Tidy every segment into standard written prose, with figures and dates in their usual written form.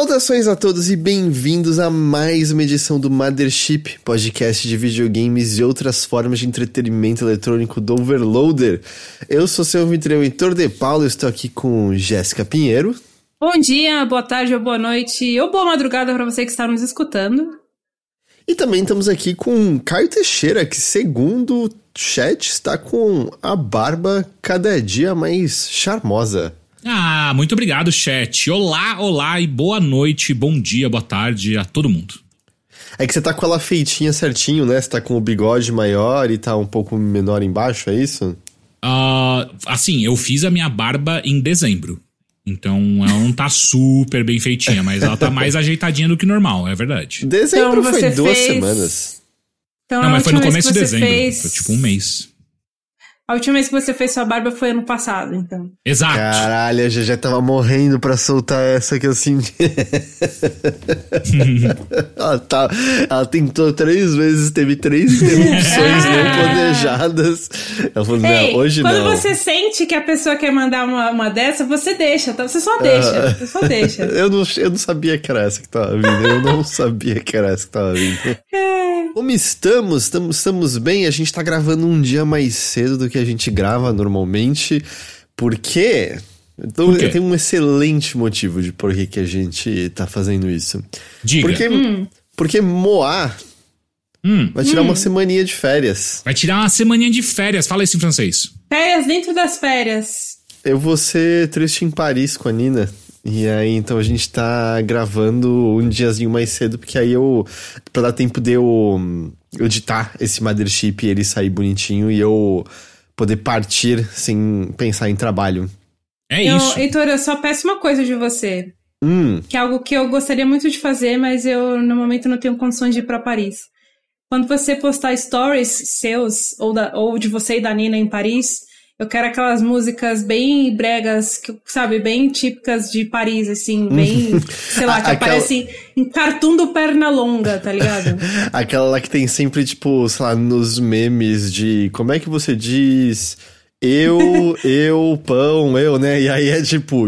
Saudações a todos e bem-vindos a mais uma edição do Mothership, podcast de videogames e outras formas de entretenimento eletrônico do Overloader. Eu sou seu anfitrião Heitor de Paulo, estou aqui com Jéssica Pinheiro. Bom dia, boa tarde ou boa noite, ou boa madrugada para você que está nos escutando. E também estamos aqui com Caio Teixeira, que segundo o chat está com a barba cada dia mais charmosa. Ah, muito obrigado, chat. Olá e boa noite, bom dia, boa tarde a todo mundo. É que você tá com ela feitinha certinho, né? Você tá com o bigode maior e tá um pouco menor embaixo, é isso? Assim, eu fiz a minha barba em dezembro. Então ela não tá super bem feitinha, mas ela tá mais ajeitadinha do que normal, é verdade. Dezembro então, foi 2 semanas. Então, não, mas foi no começo de dezembro, foi tipo um mês. A última vez que você fez sua barba foi ano passado, então. Exato. Caralho, a GG tava morrendo pra soltar essa que eu senti. Ela tentou 3 vezes, teve 3 interrupções não planejadas. Ela falou, não, hoje quando não. Quando você sente que a pessoa quer mandar uma dessa, você deixa, tá? Você só deixa. Eu não sabia que era essa que tava vindo, Como estamos bem? A gente tá gravando um dia mais cedo do que a gente grava normalmente, porque... Então, Por quê? Eu tenho um excelente motivo de por que a gente tá fazendo isso. Diga. Porque Moá vai tirar uma semaninha de férias. Vai tirar uma semaninha de férias, fala isso em francês. Férias dentro das férias. Eu vou ser triste em Paris com a Nina. E aí, então a gente tá gravando um diazinho mais cedo, porque aí pra dar tempo de eu editar esse Mothership e ele sair bonitinho e eu poder partir sem pensar em trabalho. Isso. Heitor, eu só peço uma coisa de você. Que é algo que eu gostaria muito de fazer, mas eu no momento não tenho condições de ir pra Paris. Quando você postar stories seus, ou de você e da Nina em Paris, eu quero aquelas músicas bem bregas, sabe, bem típicas de Paris, assim, bem, sei lá, que aparecem em cartoon do Pernalonga, tá ligado? Aquela lá que tem sempre, tipo, sei lá, nos memes de, como é que você diz... pão, né? E aí é tipo,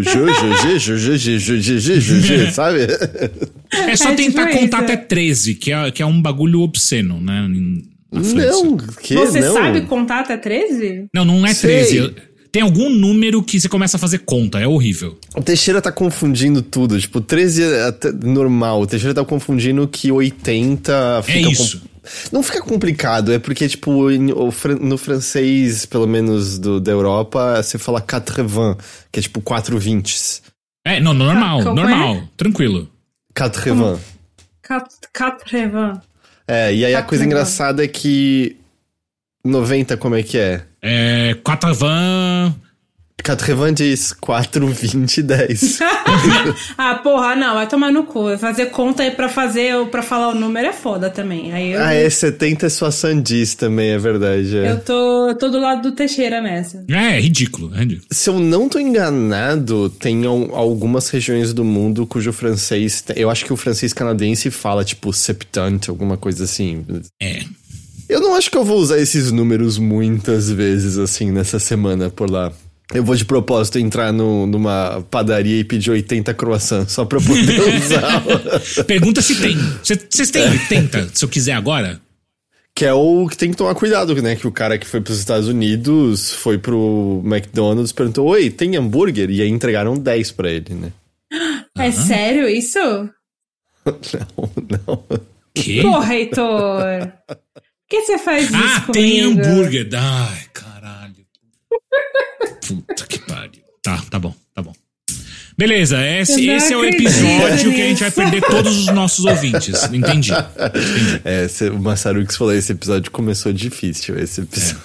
sabe? É só tentar contar até 13, que é um bagulho obsceno, né? Não, Você sabe contar até 13? Não é Sei. 13. Tem algum número que você começa a fazer conta, é horrível. O Teixeira tá confundindo tudo, tipo, 13 é até normal. O Teixeira tá confundindo que 80 fica... É isso. Não fica complicado, é porque, tipo, no francês, pelo menos da Europa, você fala 80, que é tipo 4 20s. Normal, tranquilo. 80. 80. E aí a coisa engraçada é que 90 como é que é? 80... 90, 4, 20, 10. Porra, não, vai tomar no cu. Fazer conta aí pra falar o número é foda também. Aí 70 é sua sandiz também, é verdade. Eu tô do lado do Teixeira nessa. É ridículo. Se eu não tô enganado, tem algumas regiões do mundo cujo francês... Eu acho que o francês canadense fala, tipo, septante, alguma coisa assim. Eu não acho que eu vou usar esses números muitas vezes, assim, nessa semana por lá. Eu vou de propósito entrar numa padaria e pedir 80 croissants, só pra eu poder usar. Pergunta se tem. Vocês têm 80, se eu quiser agora? Que é o que tem que tomar cuidado, né? Que o cara que foi pros Estados Unidos foi pro McDonald's, perguntou, oi, tem hambúrguer? E aí entregaram 10 pra ele, né? É sério isso? Não. Que? Porra, Heitor. Por que você faz isso comigo? Tem hambúrguer. Ai, caralho. Puta que pariu. Tá bom. Beleza, esse é o episódio que a gente vai perder todos os nossos ouvintes. Entendi. O Massarux falou, esse episódio começou difícil, esse episódio.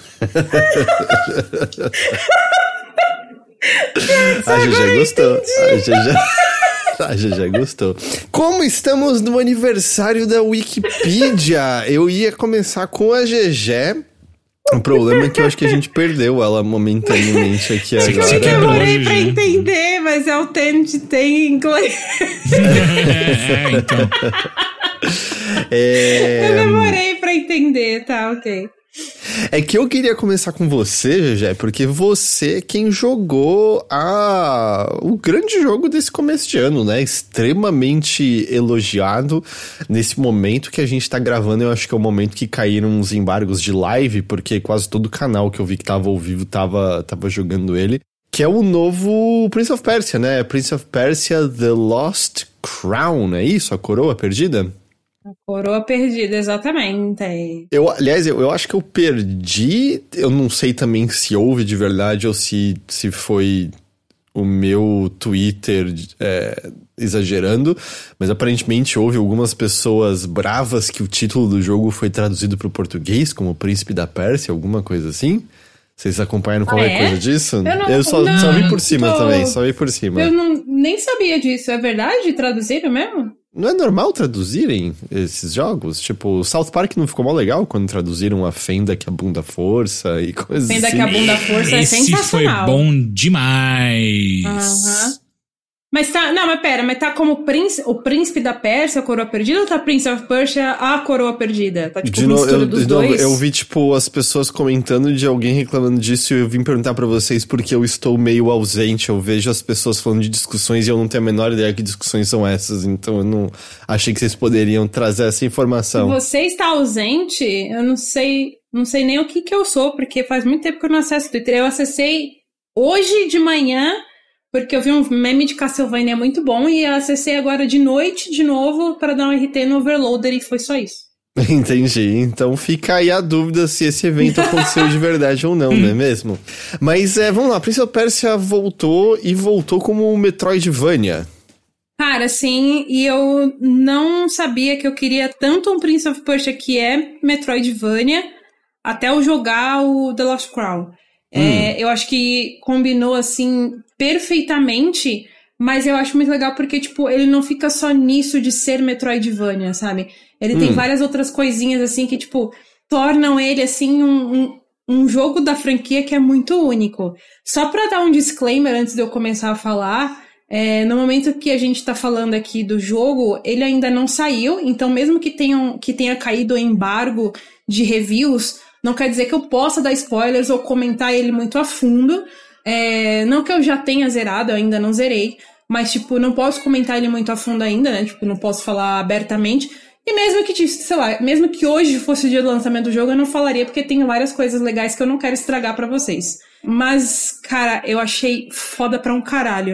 A GG gostou. A GG gostou. Como estamos no aniversário da Wikipedia, eu ia começar com a GG. O problema é que eu acho que a gente perdeu ela momentaneamente aqui agora. Eu demorei pra entender, mas é o TNT em inglês. Então. Eu demorei pra entender, tá, ok. É que eu queria começar com você, Gegé, porque você é quem jogou o grande jogo desse começo de ano, né? Extremamente elogiado nesse momento que a gente tá gravando. Eu acho que é o momento que caíram os embargos de live, porque quase todo canal que eu vi que tava ao vivo tava jogando ele. Que é o novo Prince of Persia, né? Prince of Persia The Lost Crown, é isso? A coroa perdida? A coroa perdida, exatamente. Aliás, eu acho que eu perdi. Eu não sei também se houve de verdade ou se foi o meu Twitter exagerando, mas aparentemente houve algumas pessoas bravas que o título do jogo foi traduzido para o português como Príncipe da Pérsia, alguma coisa assim. Vocês acompanharam qualquer coisa disso? Eu só vi por cima também, só vi por cima. Eu nem sabia disso, é verdade? Traduziram mesmo? Não é normal traduzirem esses jogos? Tipo, o South Park não ficou mó legal quando traduziram a Fenda que abunda força e coisas assim? Fenda que abunda força é sensacional. Esse foi bom demais. Aham. Mas tá como o Príncipe da Pérsia, a Coroa Perdida, ou tá Prince of Persia, a Coroa Perdida? Tá tipo mistura dos dois? Eu vi, tipo, as pessoas comentando de alguém reclamando disso e eu vim perguntar pra vocês porque eu estou meio ausente. Eu vejo as pessoas falando de discussões e eu não tenho a menor ideia que discussões são essas, então eu não achei que vocês poderiam trazer essa informação. Você está ausente? Eu não sei nem o que eu sou, porque faz muito tempo que eu não acesso o Twitter. Eu acessei hoje de manhã, porque eu vi um meme de Castlevania muito bom e eu acessei agora de noite de novo para dar um RT no Overloader e foi só isso. Entendi. Então fica aí a dúvida se esse evento aconteceu de verdade ou não, não é mesmo? Mas vamos lá, Prince of Persia voltou como Metroidvania. Cara, sim, e eu não sabia que eu queria tanto um Prince of Persia que é Metroidvania até eu jogar o The Lost Crown. Eu acho que combinou, assim, perfeitamente, mas eu acho muito legal porque, tipo, ele não fica só nisso de ser Metroidvania, sabe? Ele tem várias outras coisinhas, assim, que, tipo, tornam ele, assim, um jogo da franquia que é muito único. Só pra dar um disclaimer antes de eu começar a falar, no momento que a gente tá falando aqui do jogo, ele ainda não saiu, então mesmo que tenha caído o embargo de reviews, não quer dizer que eu possa dar spoilers ou comentar ele muito a fundo. Não que eu já tenha zerado, eu ainda não zerei. Mas, tipo, não posso comentar ele muito a fundo ainda, né? Tipo, não posso falar abertamente. E mesmo que, sei lá, mesmo que hoje fosse o dia do lançamento do jogo, eu não falaria, porque tem várias coisas legais que eu não quero estragar pra vocês. Mas, cara, eu achei foda pra um caralho.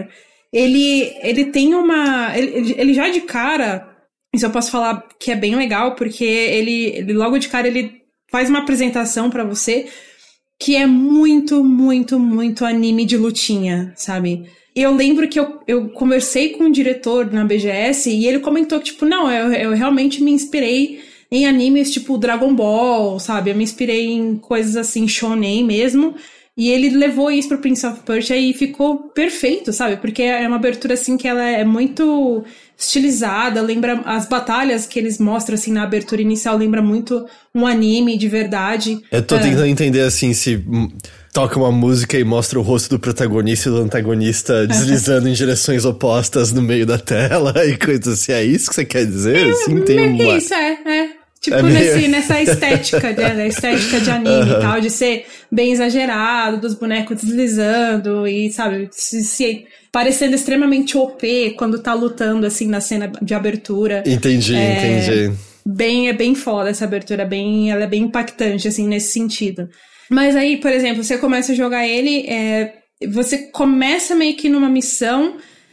Ele tem uma... Ele já de cara... Isso eu posso falar que é bem legal, porque ele logo de cara, ele faz uma apresentação pra você que é muito, muito, muito anime de lutinha, sabe? Eu lembro que eu conversei com o diretor na BGS e ele comentou que, tipo, não, eu realmente me inspirei em animes tipo Dragon Ball, sabe? Eu me inspirei em coisas assim, shonen mesmo. E ele levou isso pro Prince of Persia e ficou perfeito, sabe? Porque é uma abertura, assim, que ela é muito estilizada, lembra as batalhas que eles mostram, assim, na abertura inicial, lembra muito um anime de verdade. Eu tô tentando entender, assim, se toca uma música e mostra o rosto do protagonista e do antagonista deslizando em direções opostas no meio da tela e coisas assim. É isso que você quer dizer? Assim, tem uma... Isso, Tipo, nessa estética, né? Estética de anime e tal, de ser bem exagerado, dos bonecos deslizando e, sabe, se parecendo extremamente OP quando tá lutando, assim, na cena de abertura. Entendi. É bem foda essa abertura, ela é bem impactante, assim, nesse sentido. Mas aí, por exemplo, você começa a jogar ele, você começa meio que numa missão...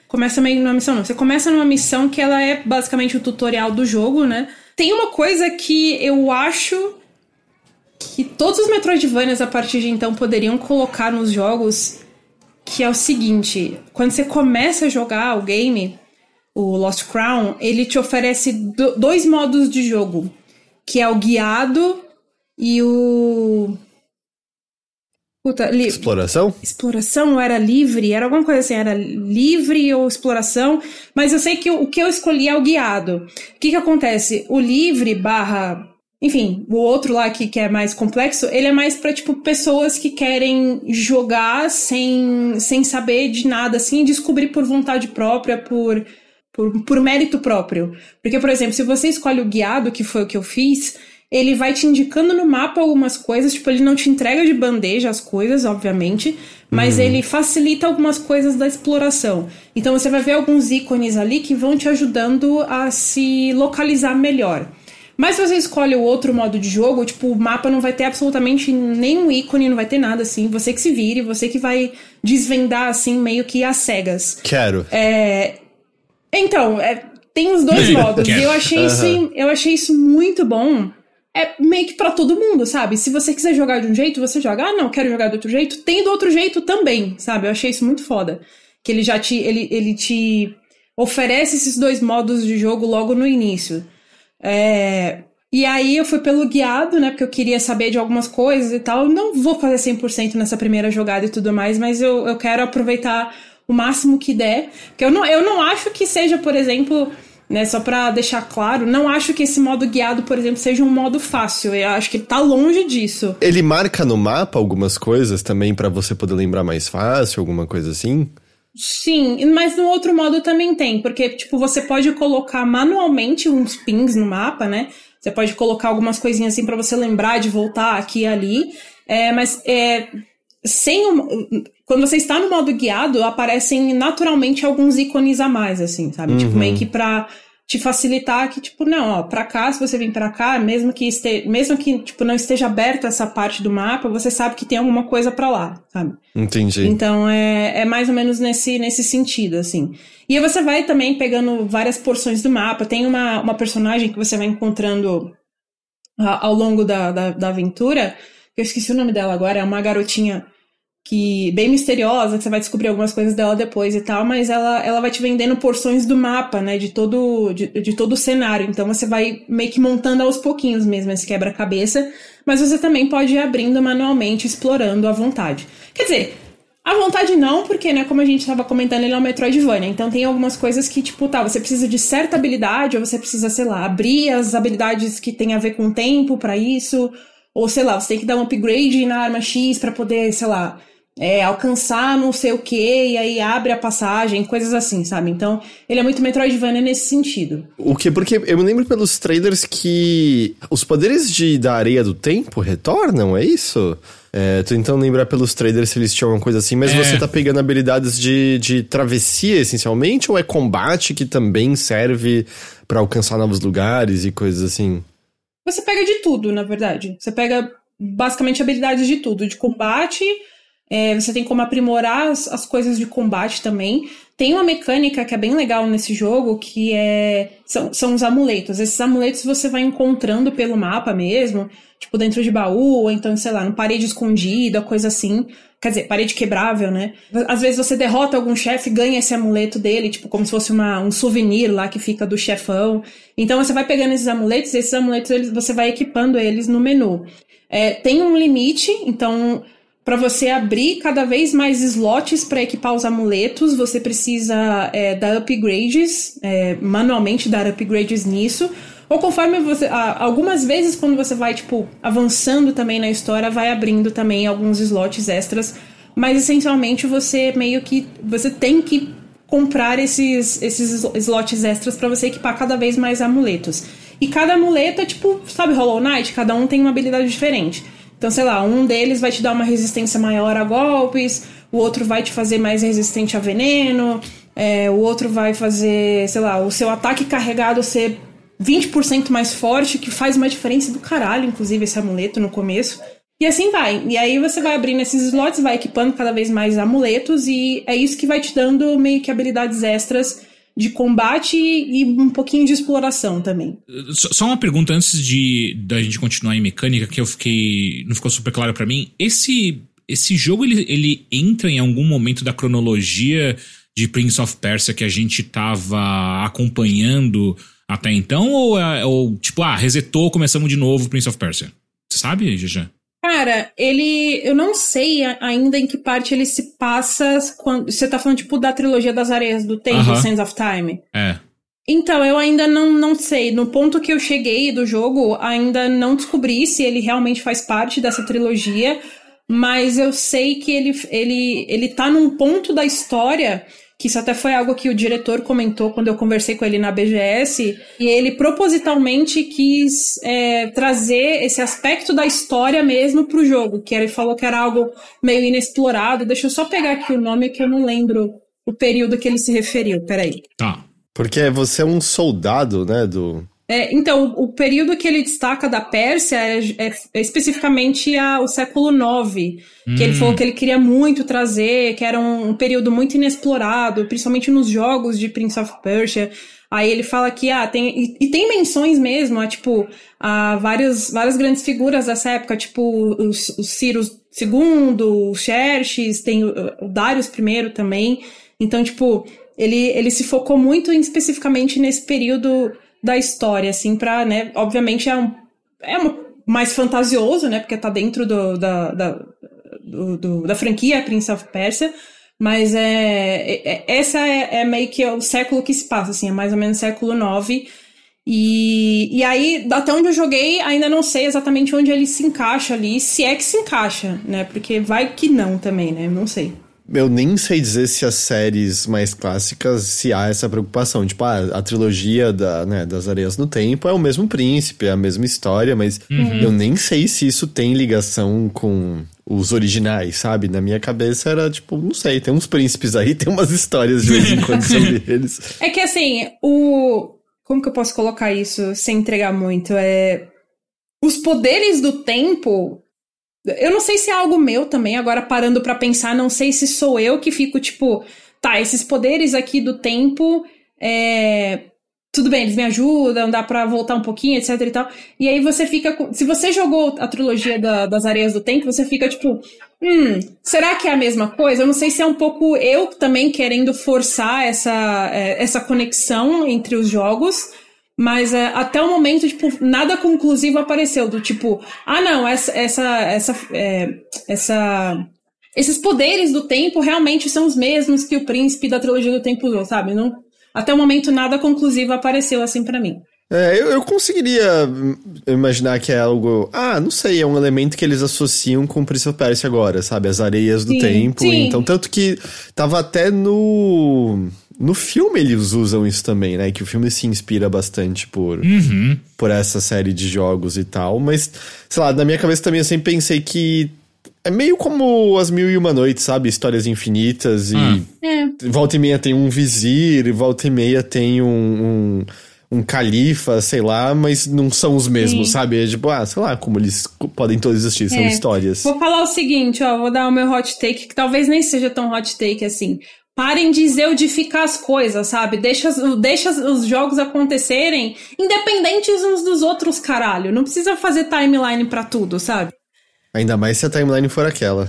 Você começa numa missão que ela é basicamente o tutorial do jogo, né? Tem uma coisa que eu acho que todos os Metroidvanias a partir de então poderiam colocar nos jogos, que é o seguinte: quando você começa a jogar o game, o Lost Crown, ele te oferece dois modos de jogo, que é o guiado e o... Exploração? Exploração ou era livre? Era alguma coisa assim, era livre ou exploração. Mas eu sei que o que eu escolhi é o guiado. O que acontece? O livre / enfim, o outro lá que é mais complexo, ele é mais pra, tipo, pessoas que querem jogar sem saber de nada, assim, e descobrir por vontade própria, por mérito próprio. Porque, por exemplo, se você escolhe o guiado, que foi o que eu fiz... ele vai te indicando no mapa algumas coisas, tipo, ele não te entrega de bandeja as coisas, obviamente, mas ele facilita algumas coisas da exploração. Então você vai ver alguns ícones ali que vão te ajudando a se localizar melhor. Mas se você escolhe o outro modo de jogo, tipo, o mapa não vai ter absolutamente nenhum ícone, não vai ter nada, assim. Você que se vire, você que vai desvendar, assim, meio que às cegas. Quero. Então, tem os dois modos. E eu achei isso muito bom. É meio que pra todo mundo, sabe? Se você quiser jogar de um jeito, você joga. Ah, não, quero jogar do outro jeito. Tem do outro jeito também, sabe? Eu achei isso muito foda. Que ele já ele te oferece esses dois modos de jogo logo no início. E aí eu fui pelo guiado, né? Porque eu queria saber de algumas coisas e tal. Não vou fazer 100% nessa primeira jogada e tudo mais, mas eu quero aproveitar o máximo que der. Porque eu não acho que seja, por exemplo, né? Só pra deixar claro, não acho que esse modo guiado, por exemplo, seja um modo fácil. Eu acho que ele tá longe disso. Ele marca no mapa algumas coisas também pra você poder lembrar mais fácil, alguma coisa assim? Sim, mas no outro modo também tem, porque, tipo, você pode colocar manualmente uns pins no mapa, né? Você pode colocar algumas coisinhas assim pra você lembrar de voltar aqui e ali, mas quando você está no modo guiado, aparecem naturalmente alguns ícones a mais, assim, sabe? Tipo, meio que pra te facilitar que, tipo, não, ó, pra cá, se você vir pra cá, mesmo que tipo, não esteja aberta essa parte do mapa, você sabe que tem alguma coisa pra lá, sabe? Entendi. Então, é mais ou menos nesse sentido, assim. E aí você vai também pegando várias porções do mapa. Tem uma personagem que você vai encontrando ao longo da aventura, eu esqueci o nome dela agora, é uma garotinha bem misteriosa, que você vai descobrir algumas coisas dela depois e tal, mas ela vai te vendendo porções do mapa, né, de todo o cenário. Então você vai meio que montando aos pouquinhos mesmo esse quebra-cabeça, mas você também pode ir abrindo manualmente, explorando à vontade. Quer dizer, à vontade não, porque, né, como a gente estava comentando, ele é um Metroidvania, então tem algumas coisas que, tipo, você precisa de certa habilidade, ou você precisa, sei lá, abrir as habilidades que tem a ver com o tempo pra isso, ou, sei lá, você tem que dar um upgrade na arma X pra poder, sei lá, alcançar não sei o que, e aí abre a passagem, coisas assim, sabe? Então, ele é muito Metroidvania nesse sentido. O quê? Porque eu me lembro pelos trailers que os poderes da areia do tempo retornam, é isso? Tô tentando lembrar pelos trailers se eles tinham alguma coisa assim, mas você tá pegando habilidades de travessia, essencialmente, ou é combate que também serve pra alcançar novos lugares e coisas assim? Você pega de tudo, na verdade. Você pega basicamente habilidades de tudo, de combate. Você tem como aprimorar as coisas de combate também. Tem uma mecânica que é bem legal nesse jogo, que são os amuletos. Esses amuletos você vai encontrando pelo mapa mesmo, tipo dentro de baú, ou então, sei lá, no parede escondida, coisa assim. Quer dizer, parede quebrável, né? Às vezes você derrota algum chefe e ganha esse amuleto dele, tipo como se fosse um souvenir lá que fica do chefão. Então você vai pegando esses amuletos você vai equipando eles no menu. Tem um limite, então para você abrir cada vez mais slots para equipar os amuletos, você precisa dar upgrades, manualmente dar upgrades nisso. Ou conforme você... algumas vezes quando você vai, tipo, avançando também na história, vai abrindo também alguns slots extras. Mas essencialmente você tem que comprar esses slots extras para você equipar cada vez mais amuletos. E cada amuleto é tipo, sabe, Hollow Knight? Cada um tem uma habilidade diferente. Então, sei lá, um deles vai te dar uma resistência maior a golpes, o outro vai te fazer mais resistente a veneno, o outro vai fazer, sei lá, o seu ataque carregado ser 20% mais forte, que faz uma diferença do caralho, inclusive, esse amuleto no começo. E assim vai. E aí você vai abrindo esses slots, vai equipando cada vez mais amuletos, e é isso que vai te dando meio que habilidades extras de combate e um pouquinho de exploração também. Só uma pergunta antes da gente continuar em mecânica, que não ficou super claro pra mim. Esse jogo, ele entra em algum momento da cronologia de Prince of Persia que a gente tava acompanhando até então? Ou tipo, resetou, começamos de novo Prince of Persia? Você sabe, Jejan? Cara, eu não sei ainda em que parte ele se passa quando você tá falando, tipo, da trilogia das Areias do Tempo, Sands of Time. Então, eu ainda não sei. No ponto que eu cheguei do jogo, ainda não descobri se ele realmente faz parte dessa trilogia mas eu sei que ele tá num ponto da história, que isso até foi algo que o diretor comentou quando eu conversei com ele na BGS, e ele propositalmente quis trazer esse aspecto da história mesmo pro jogo, que ele falou que era algo meio inexplorado. Deixa eu só pegar aqui o nome, que eu não lembro o período que ele se referiu, peraí. Tá. Porque você é um soldado, né, Então, o período que ele destaca da Pérsia é especificamente o século IX, que ele falou que ele queria muito trazer, que era um período muito inexplorado, principalmente nos jogos de Prince of Persia. Aí ele fala que tem menções mesmo, a várias grandes figuras dessa época, tipo o Ciro II, o Xerxes, tem o Darius I também. Então, ele se focou muito especificamente nesse período da história, assim, pra, né, obviamente é mais fantasioso, né, porque tá dentro da franquia Prince of Persia, mas essa é meio que o século que se passa, assim, é mais ou menos século IX, e aí, até onde eu joguei, ainda não sei exatamente onde ele se encaixa ali, se é que se encaixa, né, porque vai que não também, né, não sei. Eu nem sei dizer se as séries mais clássicas, se há essa preocupação. A trilogia das Areias do Tempo é o mesmo príncipe, é a mesma história, mas eu nem sei se isso tem ligação com os originais, sabe? Na minha cabeça era, não sei, tem uns príncipes aí, tem umas histórias de vez em quando sobre eles. É que assim, como que eu posso colocar isso sem entregar muito? Os poderes do tempo... Eu não sei se é algo meu também, agora parando pra pensar, não sei se sou eu que fico esses poderes aqui do tempo, tudo bem, eles me ajudam, dá pra voltar um pouquinho, etc e tal. E aí você fica, se você jogou a trilogia das Areias do Tempo, você fica será que é a mesma coisa? Eu não sei se é um pouco eu também querendo forçar essa conexão entre os jogos, mas até o momento, nada conclusivo apareceu, não, esses poderes do tempo realmente são os mesmos que o príncipe da trilogia do tempo usou, sabe? Não, até o momento nada conclusivo apareceu assim pra mim. Eu conseguiria imaginar que é algo... não sei, é um elemento que eles associam com o Prince of Persia agora, sabe? As Areias do Tempo. Sim. Então, tanto que tava até no filme eles usam isso também, né? Que o filme se inspira bastante por essa série de jogos e tal. Mas, sei lá, na minha cabeça também eu sempre pensei que é meio como As Mil e Uma Noites, sabe? Histórias infinitas e... Volta e meia tem um vizir, volta e meia tem um califa, sei lá, mas não são os mesmos, sabe? É sei lá, como eles podem todos existir, são histórias. Vou falar o seguinte, vou dar o meu hot take, que talvez nem seja tão hot take assim. Parem de zeudificar as coisas, sabe? Deixa os jogos acontecerem independentes uns dos outros, caralho. Não precisa fazer timeline pra tudo, sabe? Ainda mais se a timeline for aquela.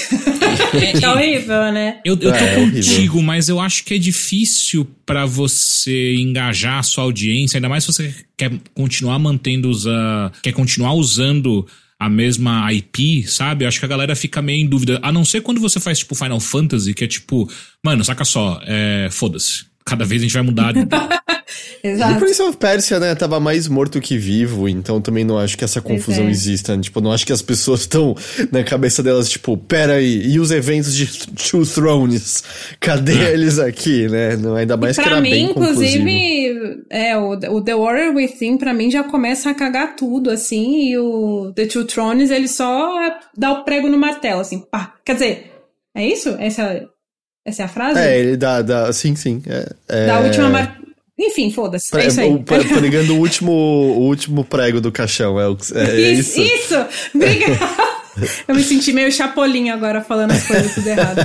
É horrível, né? Eu tô contigo, mas eu acho que é difícil pra você engajar a sua audiência, ainda mais se você quer continuar quer continuar usando a mesma IP, sabe? Eu acho que a galera fica meio em dúvida. A não ser quando você faz, Final Fantasy, que é mano, saca só, foda-se. Cada vez a gente vai mudar. Exato. O Prince of Persia, né, tava mais morto que vivo, então também não acho que essa confusão exista. Não acho que as pessoas estão na cabeça delas, pera aí, e os eventos de Two Thrones? Cadê eles aqui, né? Ainda mais que era bem conclusivo. Inclusive, o The Warrior Within, pra mim, já começa a cagar tudo, assim, e o The Two Thrones, ele só dá o prego no martelo, assim, pá. Quer dizer, é isso? Essa é a frase? Ele dá sim. Da última Enfim, foda-se. É isso aí. Pregando o último prego do caixão. Isso. Isso! Obrigada! Eu me senti meio chapolinho agora falando as coisas tudo errado.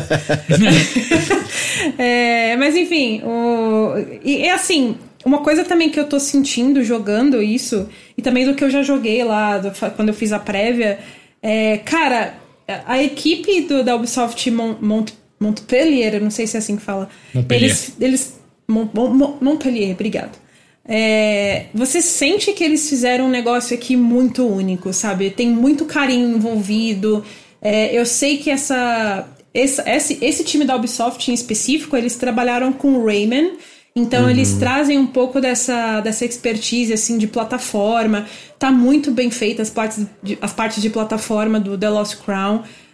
Mas enfim, e assim, uma coisa também que eu tô sentindo jogando isso, e também do que eu já joguei lá, quando eu fiz a prévia, cara, a equipe da Ubisoft Montpellier, eu não sei se é assim que fala. Montpellier. Montpellier, obrigado. Você sente que eles fizeram um negócio aqui muito único, sabe? Tem muito carinho envolvido. Eu sei que esse time da Ubisoft em específico, eles trabalharam com o Rayman. Então eles trazem um pouco dessa expertise assim, de plataforma. Tá muito bem feita as partes de plataforma do The Lost Crown.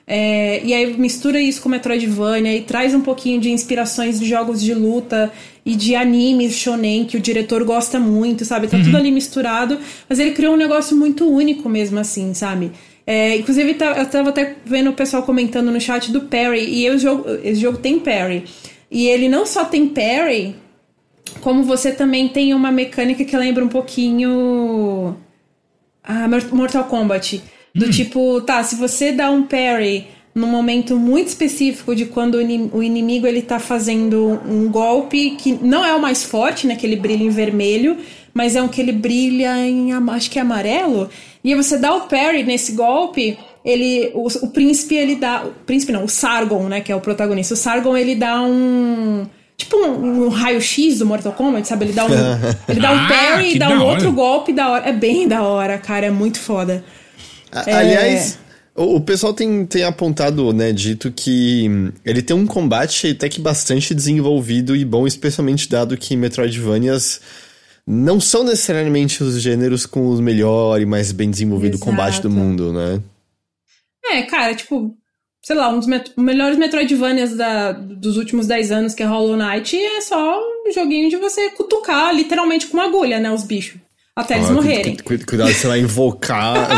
E aí mistura isso com Metroidvania e traz um pouquinho de inspirações de jogos de luta e de animes shonen que o diretor gosta muito, sabe? Tá tudo ali misturado, mas ele criou um negócio muito único mesmo assim, sabe? Inclusive eu tava até vendo o pessoal comentando no chat do parry, e esse jogo tem parry. E ele não só tem parry, como você também tem uma mecânica que lembra um pouquinho Mortal Kombat. Do tipo, se você dá um parry num momento muito específico de quando o inimigo ele tá fazendo um golpe que não é o mais forte, né? Que ele brilha em vermelho, mas é um que ele brilha em, acho que é amarelo. E aí você dá o parry nesse golpe, o príncipe, ele dá... O príncipe não, o Sargon, né? Que é o protagonista. O Sargon, ele dá tipo um raio-x do Mortal Kombat, sabe? Ele dá um parry e dá um outro golpe da hora. É bem da hora, cara. É muito foda. Aliás, o pessoal tem apontado, né, dito que ele tem um combate até que bastante desenvolvido e bom, especialmente dado que Metroidvanias não são necessariamente os gêneros com o melhor e mais bem desenvolvido combate do mundo, né? Cara, tipo, sei lá, um dos melhores Metroidvanias dos últimos 10 anos, que é Hollow Knight, é só um joguinho de você cutucar literalmente com uma agulha, né, os bichos. Até eles morrerem. Cuidado, você vai invocar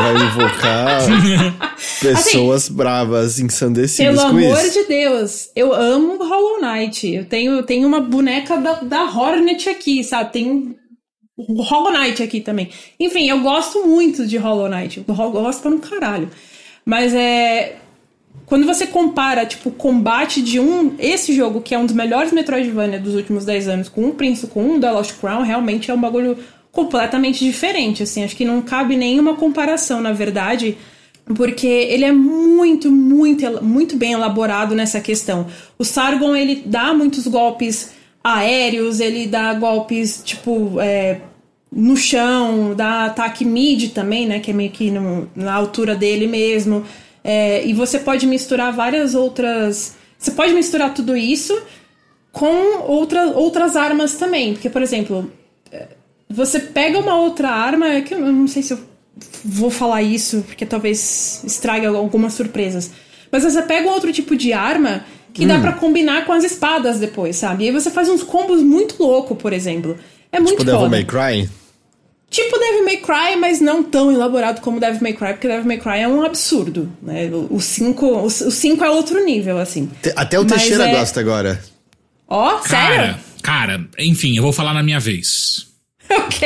pessoas assim, bravas, ensandecidas com isso. Pelo amor de Deus, eu amo Hollow Knight. Eu tenho uma boneca da Hornet aqui, sabe? Tem o Hollow Knight aqui também. Enfim, eu gosto muito de Hollow Knight. Eu gosto pra um caralho. Mas quando você compara, tipo, o combate de esse jogo, que é um dos melhores Metroidvania dos últimos 10 anos, com um da Lost Crown, realmente é um bagulho completamente diferente, assim, acho que não cabe nenhuma comparação, na verdade, porque ele é muito, muito, muito bem elaborado nessa questão. O Sargon, ele dá muitos golpes aéreos, ele dá golpes, tipo, no chão, dá ataque mid também, né, que é meio que na altura dele mesmo, e você pode misturar várias outras... Você pode misturar tudo isso com outras armas também, porque, por exemplo... Você pega uma outra arma, que eu não sei se eu vou falar isso, porque talvez estrague algumas surpresas. Mas você pega um outro tipo de arma que dá pra combinar com as espadas depois, sabe? E aí você faz uns combos muito loucos, por exemplo. É muito foda. Tipo Devil May Cry? Tipo Devil May Cry, mas não tão elaborado como Devil May Cry, porque Devil May Cry é um absurdo, né? O 5 é outro nível, assim. Até o Teixeira gosta agora. Ó, sério? Cara, enfim, eu vou falar na minha vez. Ok.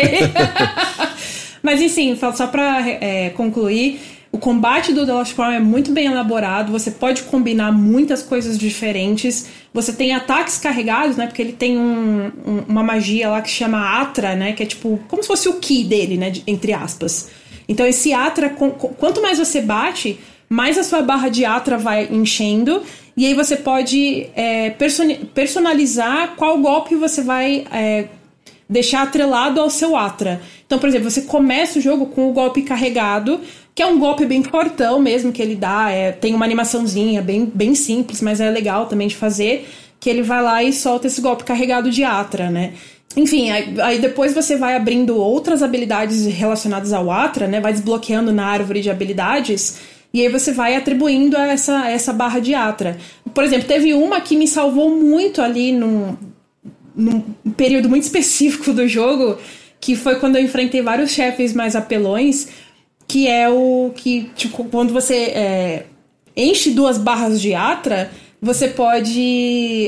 Mas enfim, só pra concluir, o combate do The Lost Crown é muito bem elaborado, você pode combinar muitas coisas diferentes, você tem ataques carregados, né, porque ele tem uma magia lá que se chama Atra, né, que é tipo, como se fosse o ki dele, né, entre aspas. Então esse Atra, quanto mais você bate, mais a sua barra de Atra vai enchendo, e aí você pode personalizar qual golpe você vai... deixar atrelado ao seu Atra. Então, por exemplo, você começa o jogo com o golpe carregado, que é um golpe bem fortão mesmo, que ele dá, tem uma animaçãozinha bem simples, mas é legal também de fazer, que ele vai lá e solta esse golpe carregado de Atra, né? Enfim, aí depois você vai abrindo outras habilidades relacionadas ao Atra, né? Vai desbloqueando na árvore de habilidades, e aí você vai atribuindo a essa barra de Atra. Por exemplo, teve uma que me salvou muito ali num período muito específico do jogo, que foi quando eu enfrentei vários chefes mais apelões, que é o que, tipo, quando você enche 2 barras de Atra, você pode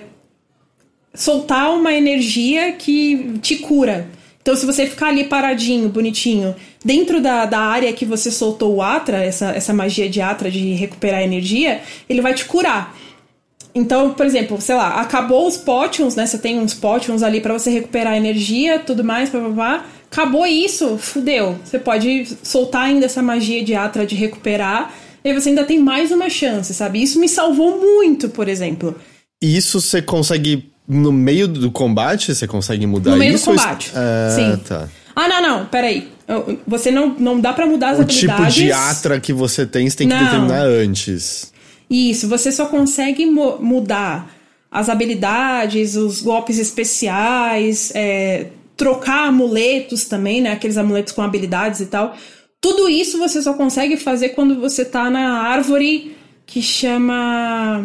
soltar uma energia que te cura. Então, se você ficar ali paradinho, bonitinho, dentro da área que você soltou o Atra, essa magia de Atra de recuperar energia, ele vai te curar. Então, por exemplo, sei lá, acabou os potions, né? Você tem uns potions ali pra você recuperar energia, tudo mais, blá. Acabou isso, fudeu. Você pode soltar ainda essa magia de Atra de recuperar, e aí você ainda tem mais uma chance, sabe? Isso me salvou muito, por exemplo. E isso você consegue, no meio do combate, você consegue mudar isso? No meio do combate, sim. Tá. Não, peraí. Você não dá pra mudar as habilidades. O tipo de Atra que você tem que determinar antes. Isso, você só consegue mudar as habilidades, os golpes especiais, trocar amuletos também, né? Aqueles amuletos com habilidades e tal. Tudo isso você só consegue fazer quando você tá na árvore que chama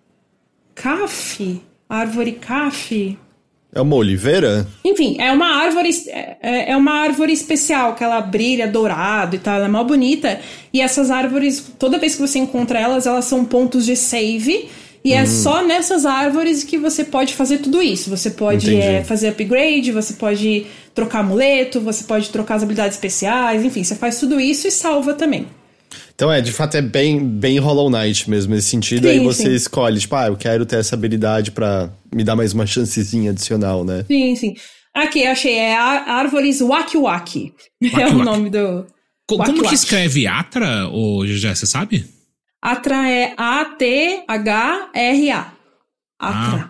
CAF, árvore CAF. É uma oliveira? Enfim, é uma árvore especial, que ela brilha dourado e tal, ela é mó bonita. E essas árvores, toda vez que você encontra elas são pontos de save. E é só nessas árvores que você pode fazer tudo isso. Você pode fazer upgrade, você pode trocar amuleto, você pode trocar as habilidades especiais, enfim, você faz tudo isso e salva também. Então de fato é bem Hollow Knight mesmo, nesse sentido. Sim, aí você escolhe, tipo, eu quero ter essa habilidade pra me dar mais uma chancezinha adicional, né? Sim. Aqui, achei, árvores Waki Waki. É o nome do... Como que escreve Atra, ô Gegé, você sabe? Atra é A-T-H-R-A. Atra.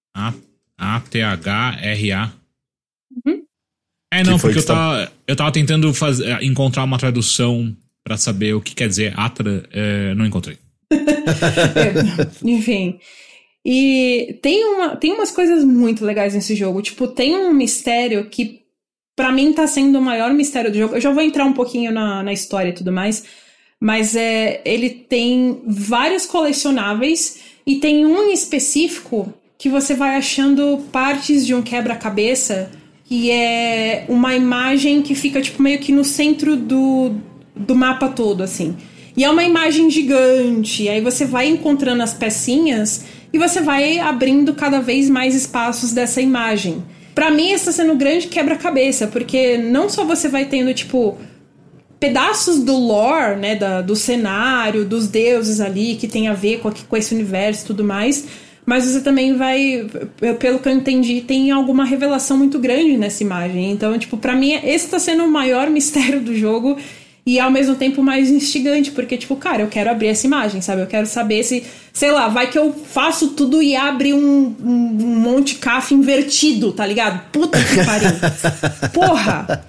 A-T-H-R-A. Não, porque eu tava tentando encontrar uma tradução pra saber o que quer dizer Atra, não encontrei. Enfim. E tem umas coisas muito legais nesse jogo. Tipo, tem um mistério que pra mim tá sendo o maior mistério do jogo. Eu já vou entrar um pouquinho na história e tudo mais. Mas ele tem vários colecionáveis e tem um em específico que você vai achando partes de um quebra-cabeça, que é uma imagem que fica tipo meio que no centro do mapa todo, assim. E é uma imagem gigante, aí você vai encontrando as pecinhas e você vai abrindo cada vez mais espaços dessa imagem. Pra mim, esse tá sendo um grande quebra-cabeça, porque não só você vai tendo, tipo, pedaços do lore, né, do cenário, dos deuses ali, que tem a ver com esse universo e tudo mais, mas você também vai, pelo que eu entendi, tem alguma revelação muito grande nessa imagem. Então, tipo, pra mim, esse tá sendo o maior mistério do jogo e, ao mesmo tempo, mais instigante, porque, tipo, cara, eu quero abrir essa imagem, sabe? Eu quero saber se, sei lá, vai que eu faço tudo e abre um Monte Caf invertido, tá ligado? Puta que pariu. Porra!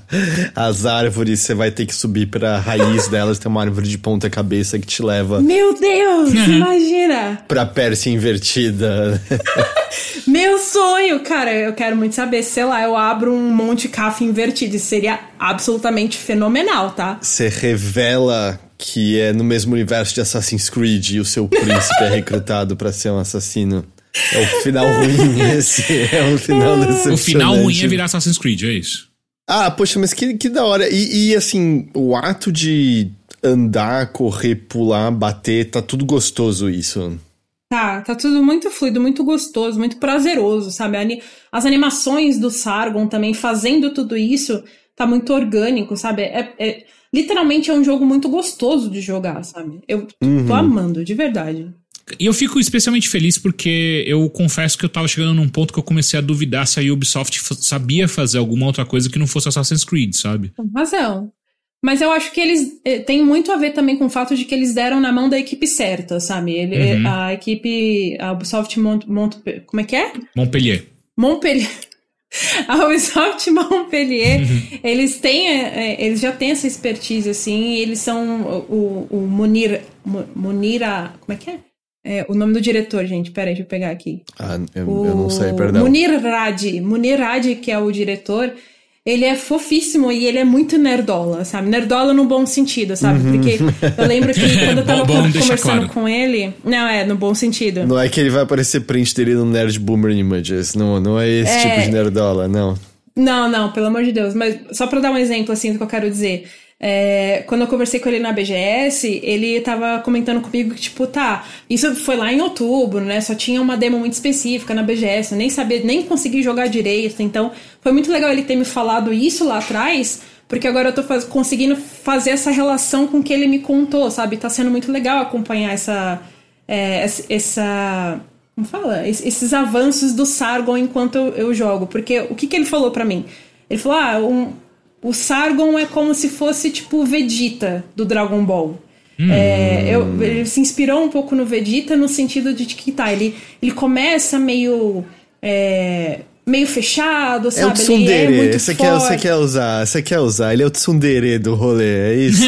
As árvores, você vai ter que subir pra raiz delas, tem uma árvore de ponta cabeça que te leva... Meu Deus, imagina! Pra Pérsia invertida. Meu sonho! Cara, eu quero muito saber se, sei lá, eu abro um Monte Caf invertido. Isso seria absolutamente fenomenal, tá? Você revela que é no mesmo universo de Assassin's Creed e o seu príncipe é recrutado pra ser um assassino. É o final ruim esse. É o final decepcionante. O final ruim é virar Assassin's Creed, é isso? Poxa, mas que da hora. E assim, o ato de andar, correr, pular, bater, tá tudo gostoso isso. Tá tudo muito fluido, muito gostoso, muito prazeroso, sabe? As animações do Sargon também fazendo tudo isso tá muito orgânico, sabe? Literalmente é um jogo muito gostoso de jogar, sabe? Eu tô amando, de verdade. E eu fico especialmente feliz porque eu confesso que eu tava chegando num ponto que eu comecei a duvidar se a Ubisoft sabia fazer alguma outra coisa que não fosse Assassin's Creed, sabe? Com razão. Mas eu acho que eles tem muito a ver também com o fato de que eles deram na mão da equipe certa, sabe? A equipe, a Ubisoft como é que é? Montpellier. A Ubisoft Montpellier, eles já têm essa expertise, assim, e eles são o Munira, como é que é? O nome do diretor, gente, peraí, deixa eu pegar aqui. Eu não sei, perdão. Munir Radi, que é o diretor, ele é fofíssimo e ele é muito nerdola, sabe? Nerdola no bom sentido, sabe? Porque eu lembro que quando eu tava conversando com ele... Não, no bom sentido. Não é que ele vai aparecer print dele no Nerd Boomer Images, não é esse tipo de nerdola, não. Não, pelo amor de Deus. Mas só pra dar um exemplo, assim, do que eu quero dizer... quando eu conversei com ele na BGS, ele tava comentando comigo que, tipo, isso foi lá em outubro, né? Só tinha uma demo muito específica na BGS, eu nem consegui jogar direito. Então, foi muito legal ele ter me falado isso lá atrás, porque agora eu tô conseguindo fazer essa relação com o que ele me contou, sabe? Tá sendo muito legal acompanhar como fala? Esses avanços do Sargon enquanto eu jogo. Porque o que ele falou pra mim? Ele falou, o Sargon é como se fosse, tipo, o Vegeta do Dragon Ball. Ele se inspirou um pouco no Vegeta no sentido de que, ele começa meio fechado, sabe? É o tsundere, você quer usar. Ele é o tsundere do rolê, é isso?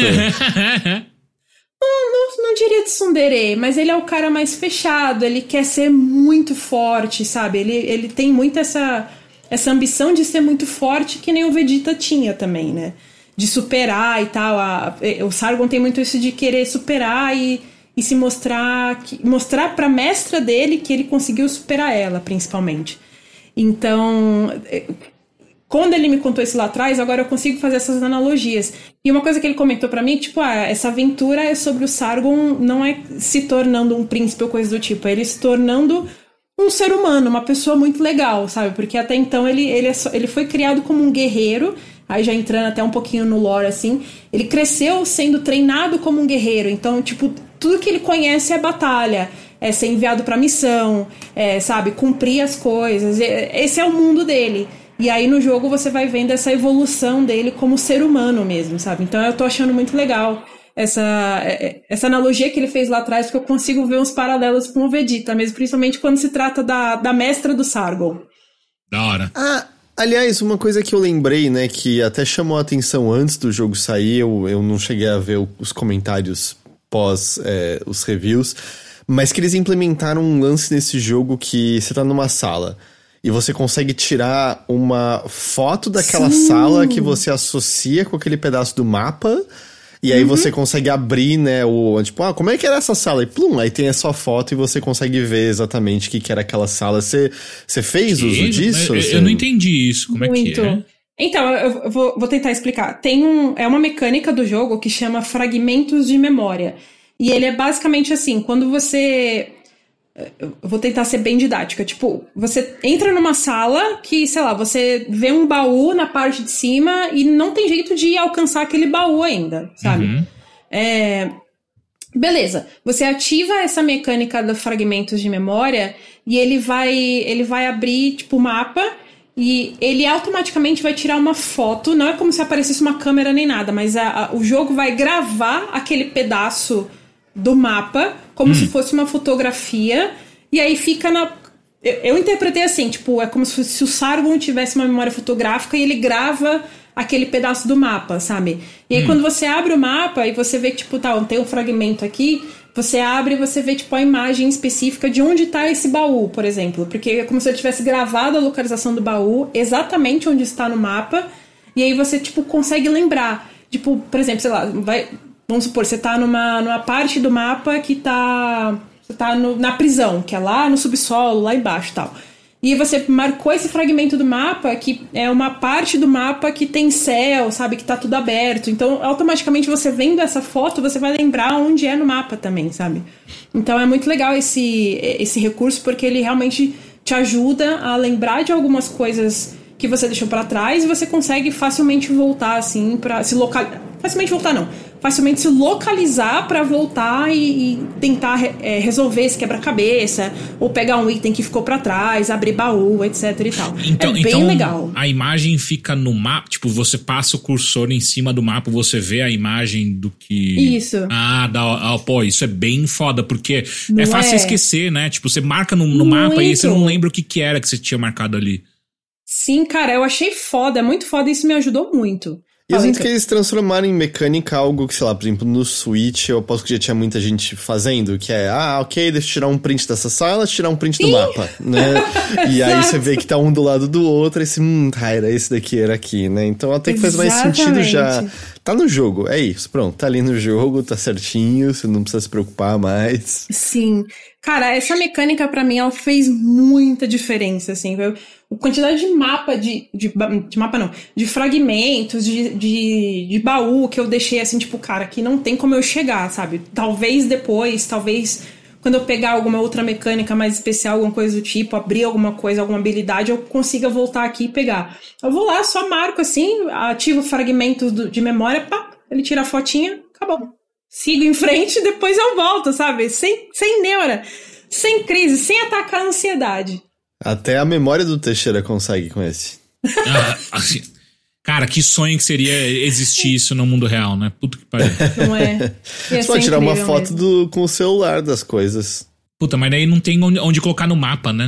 Não diria tsundere, mas ele é o cara mais fechado, ele quer ser muito forte, sabe? Ele tem muito essa ambição de ser muito forte, que nem o Vegeta tinha também, né? De superar e tal. O Sargon tem muito isso de querer superar e e se mostrar pra mestra dele que ele conseguiu superar ela, principalmente. Então, quando ele me contou isso lá atrás, agora eu consigo fazer essas analogias. E uma coisa que ele comentou pra mim, tipo, essa aventura é sobre o Sargon, não é se tornando um príncipe ou coisa do tipo, é ele se tornando um ser humano, uma pessoa muito legal, sabe? Porque até então ele foi criado como um guerreiro, aí já entrando até um pouquinho no lore, assim, ele cresceu sendo treinado como um guerreiro, então, tipo, tudo que ele conhece é batalha, é ser enviado pra missão, sabe, cumprir as coisas, esse é o mundo dele. E aí no jogo você vai vendo essa evolução dele como ser humano mesmo, sabe? Então eu tô achando muito legal essa analogia que ele fez lá atrás, porque eu consigo ver uns paralelos com o Vegeta mesmo, principalmente quando se trata da mestra do Sargon. Da hora. Aliás, uma coisa que eu lembrei, né, que até chamou a atenção antes do jogo sair, eu não cheguei a ver os comentários pós os reviews, mas que eles implementaram um lance nesse jogo que você tá numa sala e você consegue tirar uma foto daquela sala que você associa com aquele pedaço do mapa, e aí você consegue abrir, né, tipo, como é que era essa sala? E plum, aí tem a sua foto e você consegue ver exatamente o que era aquela sala. Você fez uso disso? Eu não entendi isso, como muito. É que é? Então, eu vou tentar explicar. É uma mecânica do jogo que chama fragmentos de memória. E ele é basicamente assim, quando você... Eu vou tentar ser bem didática. Tipo, você entra numa sala que, sei lá, você vê um baú na parte de cima e não tem jeito de alcançar aquele baú ainda, sabe? Beleza. Você ativa essa mecânica dos fragmentos de memória e ele vai abrir, tipo, o mapa e ele automaticamente vai tirar uma foto. Não é como se aparecesse uma câmera nem nada, mas o jogo vai gravar aquele pedaço do mapa como se fosse uma fotografia, e aí fica eu interpretei assim, tipo, é como se o Sargon tivesse uma memória fotográfica e ele grava aquele pedaço do mapa, sabe? E aí quando você abre o mapa e você vê que, tipo, tem um fragmento aqui, você abre e você vê, tipo, a imagem específica de onde tá esse baú, por exemplo, porque é como se ele tivesse gravado a localização do baú exatamente onde está no mapa, e aí você, tipo, consegue lembrar, tipo, por exemplo, sei lá, vamos supor, você tá numa parte do mapa que você tá na prisão, que é lá no subsolo, lá embaixo e tal. E você marcou esse fragmento do mapa, que é uma parte do mapa que tem céu, sabe? Que tá tudo aberto. Então, automaticamente, você vendo essa foto, você vai lembrar onde é no mapa também, sabe? Então, é muito legal esse recurso, porque ele realmente te ajuda a lembrar de algumas coisas que você deixou pra trás e você consegue facilmente voltar, assim, pra se localizar. Facilmente voltar, não. Facilmente se localizar pra voltar e tentar resolver esse quebra-cabeça, ou pegar um item que ficou pra trás, abrir baú, etc e tal. Então, bem legal. A imagem fica no mapa, tipo, você passa o cursor em cima do mapa, você vê a imagem do que... Isso. Pô, isso é bem foda, porque não é fácil esquecer, né? Tipo, você marca no mapa e você não lembra o que era que você tinha marcado ali. Sim, cara, eu achei foda, muito foda, isso me ajudou muito. E eu sinto que eles transformaram em mecânica algo que, sei lá, por exemplo, no Switch, eu aposto que já tinha muita gente fazendo, que é, ok, deixa eu tirar um print dessa sala, tirar um print do mapa, né? E aí você vê que tá um do lado do outro, e você, era esse daqui, era aqui, né? Então até que faz mais sentido já. Tá no jogo, é isso, pronto, tá ali no jogo, tá certinho, você não precisa se preocupar mais. Sim. Cara, essa mecânica pra mim, ela fez muita diferença, assim, a quantidade de mapa, de mapa não, de fragmentos, de baú que eu deixei, assim, tipo, cara, aqui não tem como eu chegar, sabe? Talvez depois, quando eu pegar alguma outra mecânica mais especial, alguma coisa do tipo, abrir alguma coisa, alguma habilidade, eu consiga voltar aqui e pegar. Eu vou lá, só marco assim, ativo fragmentos de memória, pá, ele tira a fotinha, acabou. Sigo em frente, depois eu volto, sabe? Sem neura, sem crise, sem atacar a ansiedade. Até a memória do Teixeira consegue com esse. Assim, cara, que sonho que seria existir isso no mundo real, né? Puta que pariu. Não é? Você pode tirar uma foto com o celular das coisas. Puta, mas daí não tem onde colocar no mapa, né?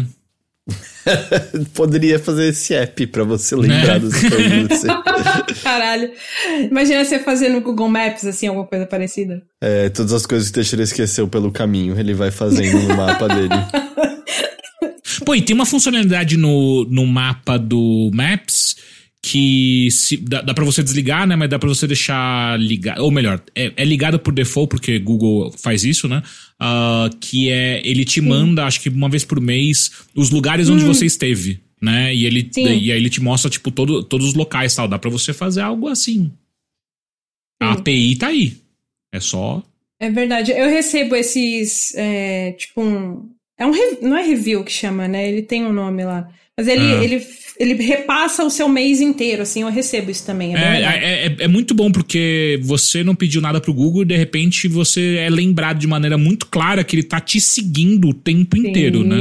Poderia fazer esse app pra você lembrar das coisas. Caralho. Imagina você fazer no Google Maps, assim, alguma coisa parecida. Todas as coisas que o Teixeira esqueceu pelo caminho, ele vai fazendo no mapa dele. Pô, e tem uma funcionalidade no mapa do Maps que dá pra você desligar, né? Mas dá pra você deixar ligado. Ou melhor, é ligado por default, porque Google faz isso, né? Que ele te manda, acho que uma vez por mês, os lugares onde você esteve, né? E aí ele te mostra, tipo, todos os locais e tal. Dá pra você fazer algo assim. A API tá aí. É só... É verdade. Eu recebo esses, tipo não é review que chama, né? Ele tem um nome lá. Mas ele repassa o seu mês inteiro, assim, eu recebo isso também. É muito bom porque você não pediu nada pro Google e de repente você é lembrado de maneira muito clara que ele tá te seguindo o tempo inteiro, né?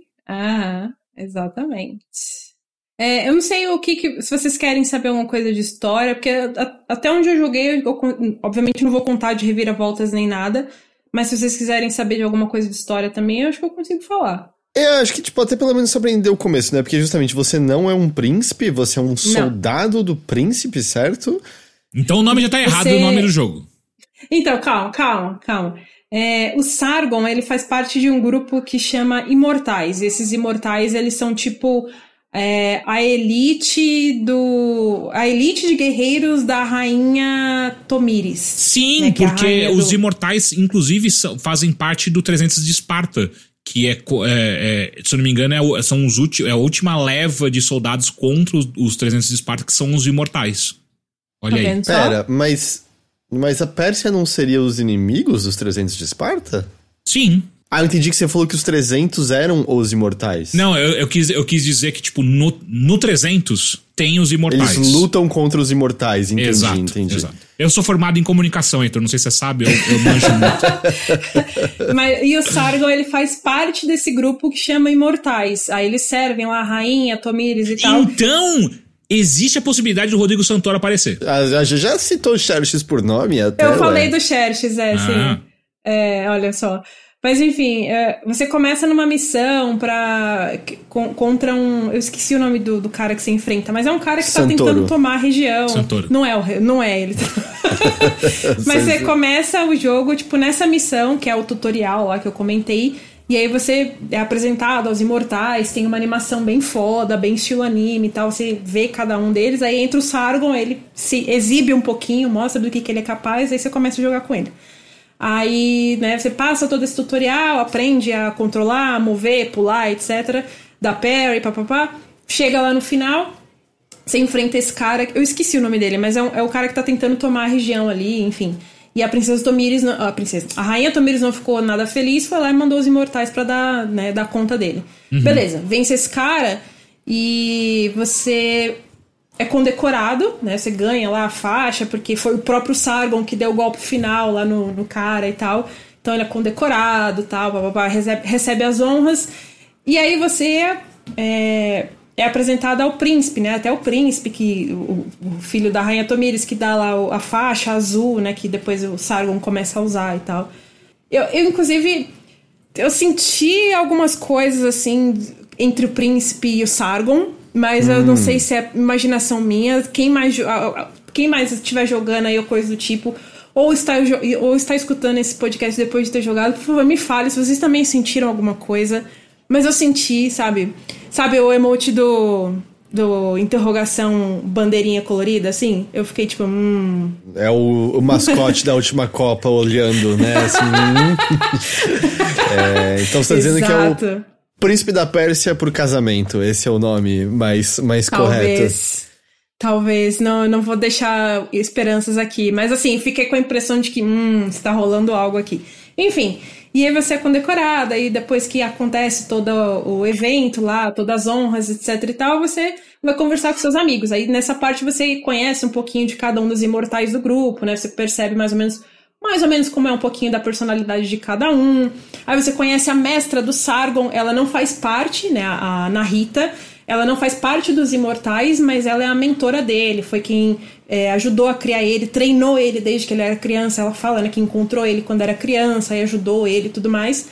Exatamente. Eu não sei se vocês querem saber alguma coisa de história, porque até onde eu joguei, eu obviamente não vou contar de reviravoltas nem nada, mas se vocês quiserem saber de alguma coisa de história também, eu acho que eu consigo falar. Acho que, tipo, até pelo menos surpreender o começo, né? Porque justamente você não é um príncipe, você é um soldado do príncipe, certo? Então o nome já tá errado, o nome do jogo. Então, calma. O Sargon, ele faz parte de um grupo que chama Imortais. E esses Imortais, eles são tipo... a elite de guerreiros da rainha Tomíris. Sim, né, porque os Imortais, inclusive, fazem parte do 300 de Esparta, que se eu não me engano, é a última leva de soldados contra os 300 de Esparta, que são os Imortais. Olha aí. Pera, mas a Pérsia não seria os inimigos dos 300 de Esparta? Sim. Eu entendi que você falou que os 300 eram os imortais. Não, eu quis dizer que, tipo, no 300 tem os imortais. Eles lutam contra os imortais, entendi. Exato. Eu sou formado em comunicação, então não sei se você sabe, eu manjo muito. E o Sargon, ele faz parte desse grupo que chama Imortais. Aí eles servem lá a rainha, Tomíris e tal. Então... existe a possibilidade do Rodrigo Santoro aparecer. Já citou o Xerxes por nome até? Eu falei do Xerxes, sim. Olha só. Mas enfim, você começa numa missão contra um... Eu esqueci o nome do cara que você enfrenta, mas é um cara que Santoro. Tá tentando tomar a região. Santoro. Não é ele. Mas você começa o jogo, tipo, nessa missão, que é o tutorial lá que eu comentei, e aí você é apresentado aos imortais, tem uma animação bem foda, bem estilo anime e tal, você vê cada um deles, aí entra o Sargon, ele se exibe um pouquinho, mostra do que ele é capaz, aí você começa a jogar com ele. Aí, né, você passa todo esse tutorial, aprende a controlar, mover, pular, etc. Dá parry, papapá. Chega lá no final, você enfrenta esse cara, eu esqueci o nome dele, mas é o cara que tá tentando tomar a região ali, enfim. E a princesa Tomíris, a rainha Tomíris não ficou nada feliz, foi lá e mandou os imortais pra dar conta dele. Beleza, vence esse cara e você... é condecorado, né? Você ganha lá a faixa, porque foi o próprio Sargon que deu o golpe final lá no cara e tal. Então ele é condecorado e tal, recebe as honras. E aí você é apresentado ao príncipe, né? Até o príncipe, o filho da rainha Tomíris, que dá lá a faixa azul, né? Que depois o Sargon começa a usar e tal. Eu inclusive, eu senti algumas coisas, assim, entre o príncipe e o Sargon, mas eu não sei se é imaginação minha. Quem mais estiver jogando aí ou coisa do tipo, ou está escutando esse podcast depois de ter jogado, por favor, me fale se vocês também sentiram alguma coisa. Mas eu senti, sabe o emote do interrogação bandeirinha colorida, assim? Eu fiquei tipo, É o mascote da última Copa olhando, né? Assim, então você tá dizendo que é o Príncipe da Pérsia por casamento. Esse é o nome mais correto. Talvez. Não vou deixar esperanças aqui. Mas assim, fiquei com a impressão de que está rolando algo aqui. Enfim, e aí você é condecorada, e depois que acontece todo o evento lá, todas as honras, etc e tal, você vai conversar com seus amigos. Aí nessa parte você conhece um pouquinho de cada um dos imortais do grupo, né? Você percebe mais ou menos como é um pouquinho da personalidade de cada um. Aí você conhece a mestra do Sargon, ela não faz parte, né, a Narita, ela não faz parte dos imortais, mas ela é a mentora dele, foi quem ajudou a criar ele, treinou ele desde que ele era criança. Ela fala, né, que encontrou ele quando era criança e ajudou ele e tudo mais.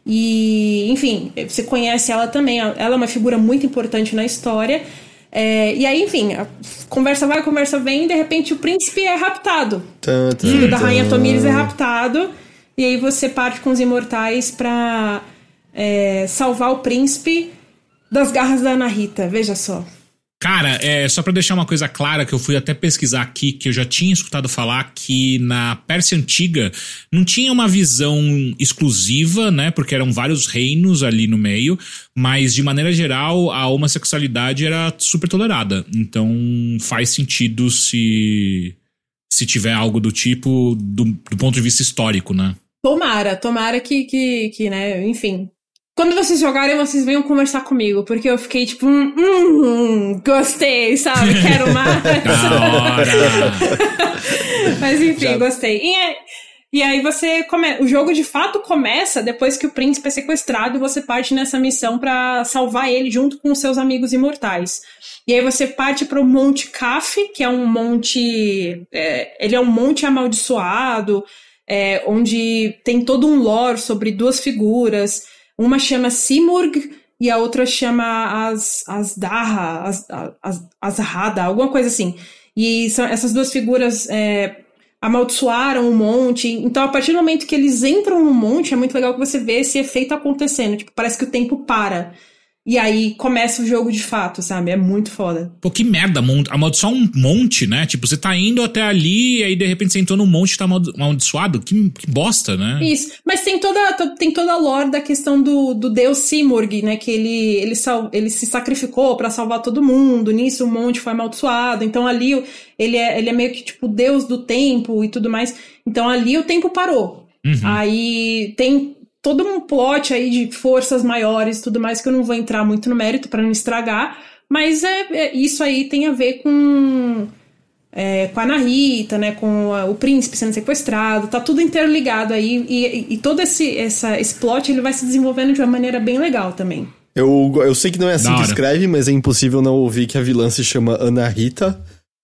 E, enfim, você conhece ela também, ela é uma figura muito importante na história. E aí, enfim, a conversa vai, a conversa vem, e de repente o príncipe é raptado. O filho da rainha Tomíris é raptado, e aí você parte com os imortais pra salvar o príncipe das garras da Narita, veja só. Cara, só pra deixar uma coisa clara, que eu fui até pesquisar aqui, que eu já tinha escutado falar que na Pérsia Antiga não tinha uma visão exclusiva, né, porque eram vários reinos ali no meio, mas de maneira geral a homossexualidade era super tolerada, então faz sentido se tiver algo do tipo, do ponto de vista histórico, né. Tomara que né, enfim... Quando vocês jogarem, vocês venham conversar comigo, porque eu fiquei tipo, gostei, sabe? Quero mais. Mas enfim, gostei. E aí o jogo de fato começa depois que o príncipe é sequestrado e você parte nessa missão pra salvar ele junto com os seus amigos imortais. E aí você parte pro Monte Kaf, que é um monte... ele é um monte amaldiçoado, onde tem todo um lore sobre duas figuras... Uma chama Simurgh e a outra chama Azrada, alguma coisa assim. E essas duas figuras amaldiçoaram o monte. Então, a partir do momento que eles entram no monte, é muito legal que você vê esse efeito acontecendo. Tipo, parece que o tempo para. E aí começa o jogo de fato, sabe? É muito foda. Pô, que merda, amaldiçoar um monte, né? Tipo, você tá indo até ali e aí de repente você entrou num monte e tá amaldiçoado. Que bosta, né? Isso. Mas tem toda a lore da questão do deus Simurgh, né? Que ele se sacrificou pra salvar todo mundo. Nisso o monte foi amaldiçoado. Então ali ele é meio que tipo o deus do tempo e tudo mais. Então ali o tempo parou. Uhum. Aí tem... todo um plot aí de forças maiores e tudo mais, que eu não vou entrar muito no mérito pra não estragar, mas isso aí tem a ver com a Nahita, né, com o príncipe sendo sequestrado, tá tudo interligado aí, e todo esse plot ele vai se desenvolvendo de uma maneira bem legal também. Eu sei que não é assim que escreve, mas é impossível não ouvir que a vilã se chama Anahita.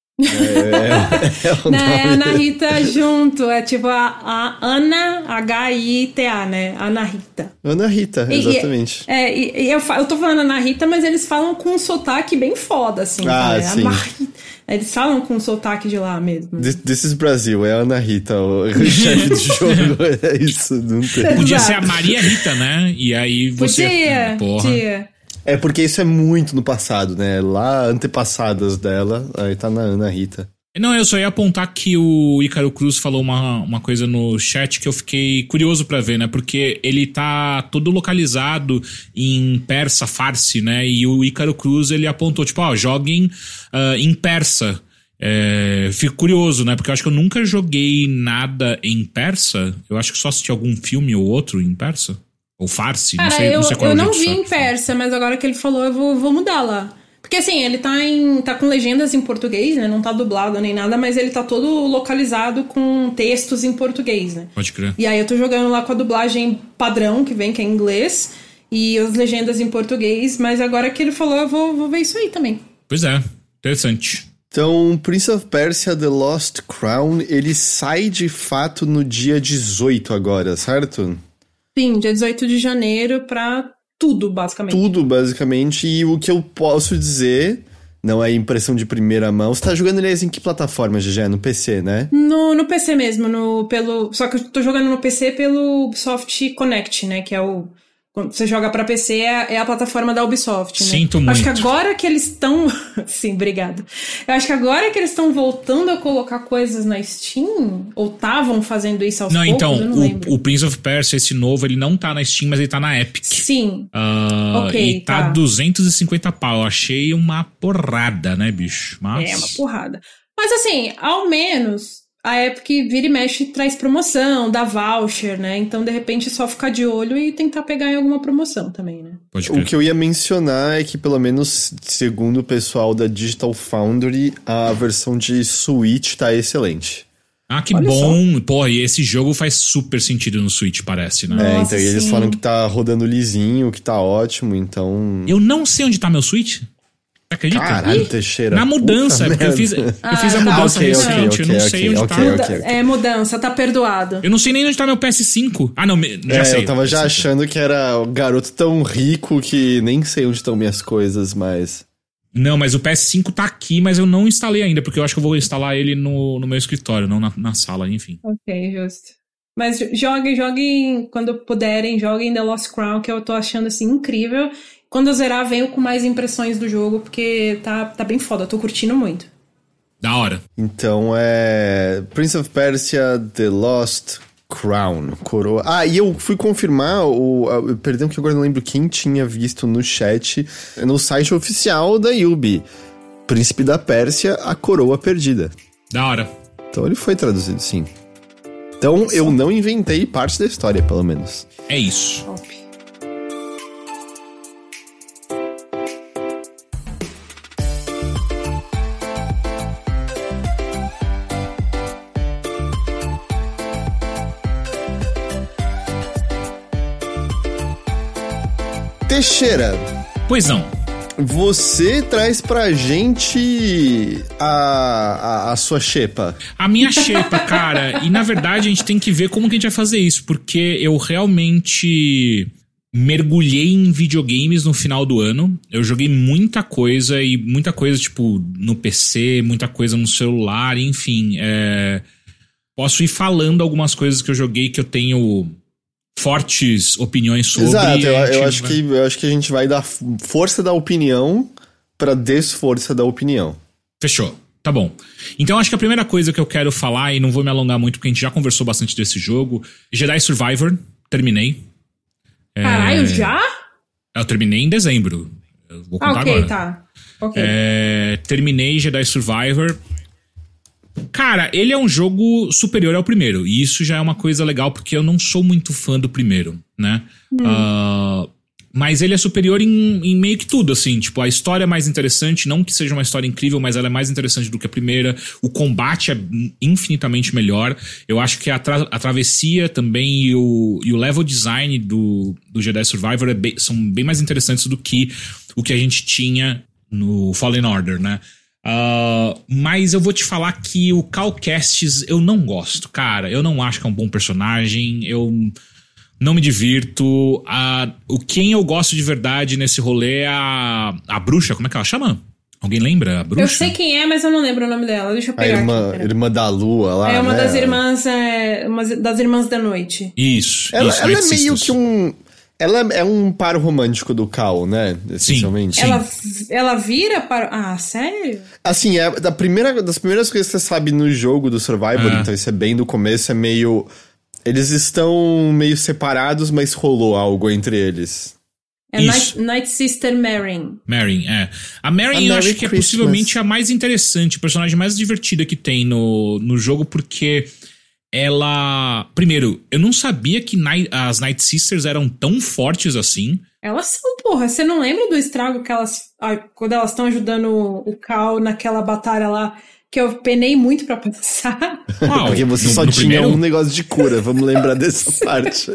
Não, é a Anahita junto, é tipo a Ana, H-I-T-A, né? Anahita. Anahita, exatamente. Eu tô falando Anahita, mas eles falam com um sotaque bem foda, assim. Sim. Eles falam com um sotaque de lá mesmo. This is Brasil, é a Anahita, o chefe do jogo, é isso, não tem. Podia ser a Maria Rita, né? E aí você... Podia. É porque isso é muito no passado, né? Lá, antepassadas dela, aí tá na Anahita. Não, eu só ia apontar que o Ícaro Cruz falou uma coisa no chat que eu fiquei curioso pra ver, né? Porque ele tá todo localizado em persa, farsi, né? E o Ícaro Cruz, ele apontou, tipo, joguem em persa. Fico curioso, né? Porque eu acho que eu nunca joguei nada em persa. Eu acho que só assisti algum filme ou outro em persa. Ou farsi, não sei qual é o jeito. Eu não vi em persa, mas agora que ele falou, eu vou mudar lá. Porque assim, ele tá com legendas em português, né? Não tá dublado nem nada, mas ele tá todo localizado com textos em português, né? Pode crer. E aí eu tô jogando lá com a dublagem padrão que vem, que é em inglês, e as legendas em português, mas agora que ele falou, eu vou ver isso aí também. Pois é, interessante. Então, Prince of Persia The Lost Crown, ele sai de fato no dia 18 agora, certo? Sim, dia 18 de janeiro pra tudo, basicamente. Tudo, basicamente. E o que eu posso dizer, não é impressão de primeira mão. Você tá jogando, aliás, em que plataforma, GG? No PC, né? No PC mesmo. Só que eu tô jogando no PC pelo Ubisoft Connect, né? Que é o... Quando você joga pra PC, é a plataforma da Ubisoft, né? Sinto muito. Acho que agora que eles estão... Sim, obrigado. Eu acho que agora que eles estão voltando a colocar coisas na Steam, ou estavam fazendo isso aos poucos, então, eu não lembro. O Prince of Persia, esse novo, ele não tá na Steam, mas ele tá na Epic. Sim. E tá 250 pau. Eu achei uma porrada, né, bicho? Mas... É uma porrada. Mas assim, ao menos... A Epic vira e mexe traz promoção, dá voucher, né? Então, de repente, é só ficar de olho e tentar pegar em alguma promoção também, né? O que eu ia mencionar é que, pelo menos, segundo o pessoal da Digital Foundry, a versão de Switch tá excelente. Ah, que olha bom. Só. Pô, e esse jogo faz super sentido no Switch, parece, né? Nossa, então eles falam que tá rodando lisinho, que tá ótimo, então... Eu não sei onde tá meu Switch. Acredita? Caralho, Teixeira. Na mudança, porque eu fiz a mudança recente. Eu não sei onde tá. É mudança, tá perdoado. Eu não sei nem onde tá meu PS5. Ah, não, já sei. Eu tava já achando que era um garoto tão rico que nem sei onde estão minhas coisas, mas... Não, mas o PS5 tá aqui, mas eu não instalei ainda, porque eu acho que eu vou instalar ele no meu escritório, não na sala, enfim. Ok, justo. Mas joguem, quando puderem, joguem The Lost Crown, que eu tô achando, assim, incrível. quando eu zerar, venho com mais impressões do jogo, porque tá bem foda, eu tô curtindo muito. Da hora. Então Prince of Persia The Lost Crown, coroa. Ah, e eu fui confirmar, perdão que agora não lembro quem tinha visto no chat, no site oficial da Yubi. Príncipe da Pérsia, a coroa perdida. Da hora. Então ele foi traduzido, sim. Então eu não inventei parte da história, pelo menos. É isso. Top. Teixeira. Pois não. Você traz pra gente a sua xepa. A minha xepa, cara. E na verdade a gente tem que ver como que a gente vai fazer isso. Porque eu realmente mergulhei em videogames no final do ano. Eu joguei muita coisa. E muita coisa tipo no PC, muita coisa no celular, enfim. Posso ir falando algumas coisas que eu joguei que eu tenho fortes opiniões sobre. Exato, eu acho que a gente vai dar força da opinião pra desforça da opinião. Fechou, tá bom. Então acho que a primeira coisa que eu quero falar, e não vou me alongar muito porque a gente já conversou bastante desse jogo, Jedi Survivor, terminei. Caralho, já? Eu terminei em dezembro. Eu vou contar agora. Tá. Ok. Terminei Jedi Survivor. Cara, ele é um jogo superior ao primeiro. E isso já é uma coisa legal, porque eu não sou muito fã do primeiro, né? Mas ele é superior em meio que tudo, assim. Tipo, a história é mais interessante. Não que seja uma história incrível, mas ela é mais interessante do que a primeira. O combate é infinitamente melhor. Eu acho que a travessia também e o level design do Jedi Survivor são bem mais interessantes do que o que a gente tinha no Fallen Order, né? Mas eu vou te falar que o Cal Kestis eu não gosto, cara. Eu não acho que é um bom personagem. Eu não me divirto. Quem eu gosto de verdade nesse rolê é a bruxa. Como é que ela chama? Alguém lembra? A bruxa? Eu sei quem é, mas eu não lembro o nome dela. Deixa eu pegar aqui. Irmã da Lua lá, é uma né? das irmãs, uma das irmãs da noite. Isso. Ela é meio que ela é um par romântico do Cal, né? Essencialmente. Sim. Ela vira para... Ah, sério? Assim, das primeiras coisas que você sabe no jogo do Survivor, então isso é bem do começo, é meio... Eles estão meio separados, mas rolou algo entre eles. Night Sister Merrin. Merrin, A Merrin eu acho que é possivelmente a mais interessante, a personagem mais divertida que tem no jogo, porque... Ela... Primeiro, eu não sabia que as Night Sisters eram tão fortes assim. Elas são, porra. Você não lembra do estrago que elas... quando elas estão ajudando o Cal naquela batalha lá, que eu penei muito pra passar? Porque você só tinha um negócio de cura. Vamos lembrar dessa parte.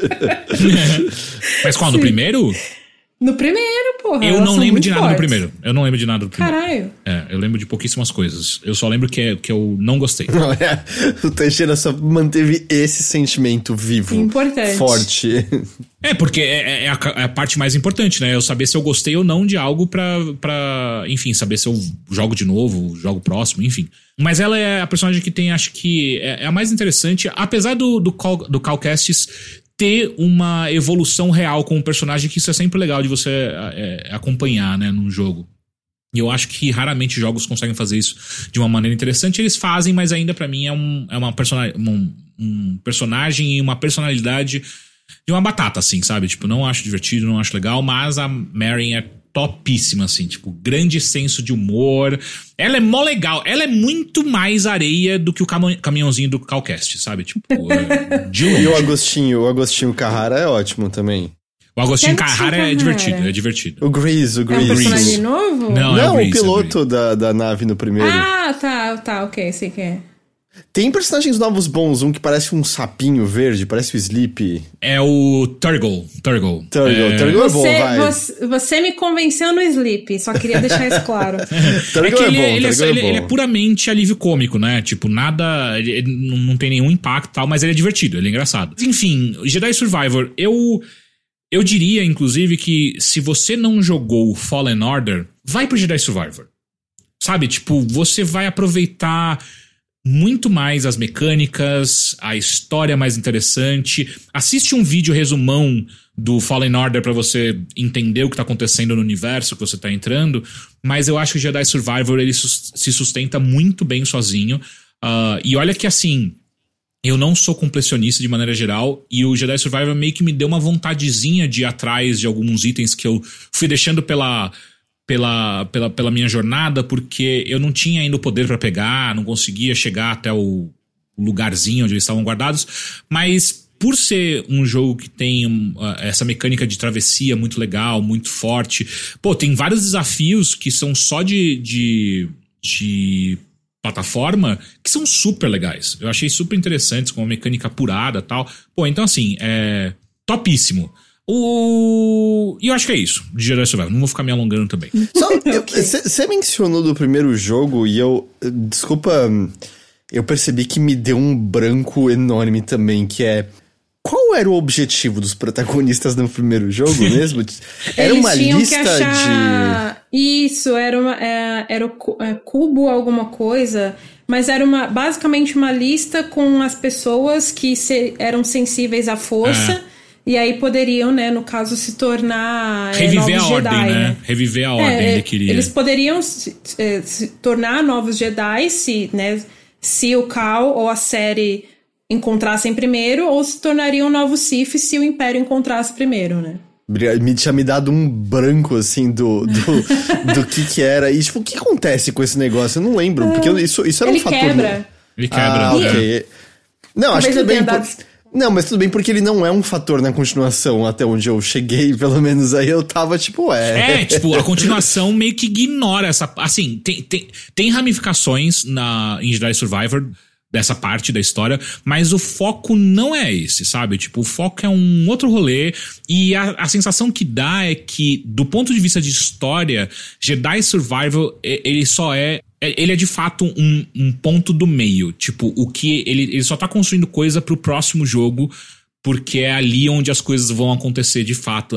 Mas qual? No primeiro? No primeiro, porra. Eu não lembro de nada do primeiro. Eu não lembro de nada do primeiro. Caralho. Eu lembro de pouquíssimas coisas. Eu só lembro que eu não gostei. O Teixeira só manteve esse sentimento vivo. Importante. Forte. Porque é a parte mais importante, né? Eu saber se eu gostei ou não de algo pra enfim, saber se eu jogo de novo, jogo próximo, enfim. Mas ela é a personagem que tem, acho que, é a mais interessante. Apesar do Cal Kestis ter uma evolução real com o personagem, que isso é sempre legal de você acompanhar, né, num jogo. E eu acho que raramente jogos conseguem fazer isso de uma maneira interessante. Eles fazem, mas ainda pra mim é uma um personagem e uma personalidade de uma batata, assim, sabe? Tipo, não acho divertido, não acho legal, mas a Merrin é topíssima, assim, tipo, grande senso de humor. Ela é mó legal, ela é muito mais areia do que o caminhãozinho do Calcast, sabe? Tipo, de longe. E o Agostinho Carrara é ótimo também. O Agostinho Carrara é divertido. O Grease. É um personagem novo? Não, o piloto da nave no primeiro. Ah, tá, ok, sei que é. Tem personagens novos bons, um que parece um sapinho verde, parece o Sleepy. É o Turgle. Turgle é bom, vai. Você me convenceu no Sleepy, só queria deixar isso claro. Turgle ele é puramente alívio cômico, né? Tipo, nada... Ele não tem nenhum impacto e tal, mas ele é divertido, ele é engraçado. Enfim, Jedi Survivor, eu diria, inclusive, que se você não jogou Fallen Order, vai pro Jedi Survivor. Sabe? Tipo, você vai aproveitar muito mais as mecânicas, a história mais interessante. Assiste um vídeo resumão do Fallen Order pra você entender o que tá acontecendo no universo que você tá entrando, mas eu acho que o Jedi Survivor ele se sustenta muito bem sozinho. E olha que assim, eu não sou completionista de maneira geral, e o Jedi Survivor meio que me deu uma vontadezinha de ir atrás de alguns itens que eu fui deixando pela minha jornada, porque eu não tinha ainda o poder pra pegar, não conseguia chegar até o lugarzinho onde eles estavam guardados, mas por ser um jogo que tem essa mecânica de travessia muito legal, muito forte, pô, tem vários desafios que são só de plataforma que são super legais. Eu achei super interessantes, com uma mecânica apurada e tal. Pô, então assim, topíssimo. E eu acho que é isso, de Jedi Survivor. Não vou ficar me alongando também. Você mencionou do primeiro jogo e desculpa, eu percebi que me deu um branco enorme também, que é... Qual era o objetivo dos protagonistas no primeiro jogo mesmo? Era uma lista de... Isso, era o cubo alguma coisa, mas era basicamente uma lista com as pessoas que eram sensíveis à força, e aí poderiam, né, no caso, se tornar reviver novos a ordem, Jedi, né? Reviver a ordem, ele queria. Eles poderiam se tornar novos Jedi se o Cal ou a série encontrassem primeiro, ou se tornariam novos Sith se o Império encontrasse primeiro, né? Tinha me dado um branco, assim, do que era. E, tipo, o que acontece com esse negócio? Eu não lembro, porque isso era um fator... Ele quebra. Ok. Não, acho que tudo bem... Não, mas tudo bem, porque ele não é um fator na continuação, até onde eu cheguei, pelo menos aí eu tava, tipo, tipo, a continuação meio que ignora essa... Assim, tem ramificações em Jedi Survivor dessa parte da história, mas o foco não é esse, sabe? Tipo, o foco é um outro rolê, e a sensação que dá é que, do ponto de vista de história, Jedi Survival, ele só ele é de fato um ponto do meio. Tipo, o que ele só tá construindo coisa pro próximo jogo, porque é ali onde as coisas vão acontecer de fato.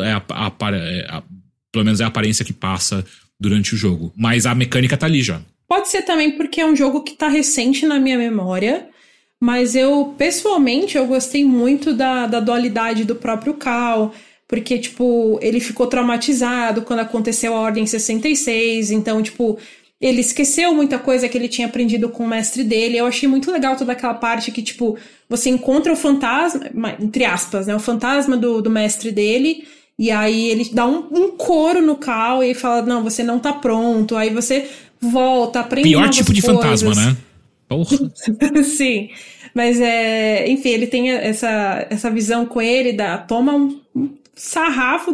Pelo menos é a aparência que passa durante o jogo. Mas a mecânica tá ali já. Pode ser também porque é um jogo que tá recente na minha memória, mas pessoalmente, eu gostei muito da dualidade do próprio Cal, porque, tipo, ele ficou traumatizado quando aconteceu a Ordem 66, então, tipo, ele esqueceu muita coisa que ele tinha aprendido com o mestre dele. Eu achei muito legal toda aquela parte que, tipo, você encontra o fantasma, entre aspas, né, o fantasma do mestre dele, e aí ele dá um couro no Cal e fala, não, você não tá pronto, aí você... volta, aprende pior novas tipo de coisas. Fantasma, né? Porra. Sim, mas enfim, ele tem essa visão com ele, toma um sarrafo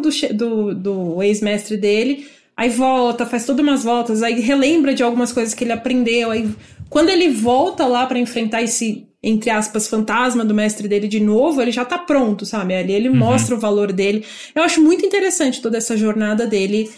do ex-mestre dele, aí volta, faz todas umas voltas, aí relembra de algumas coisas que ele aprendeu, aí quando ele volta lá pra enfrentar esse, entre aspas, fantasma do mestre dele de novo, ele já tá pronto, sabe? Ali ele mostra o valor dele. Eu acho muito interessante toda essa jornada dele.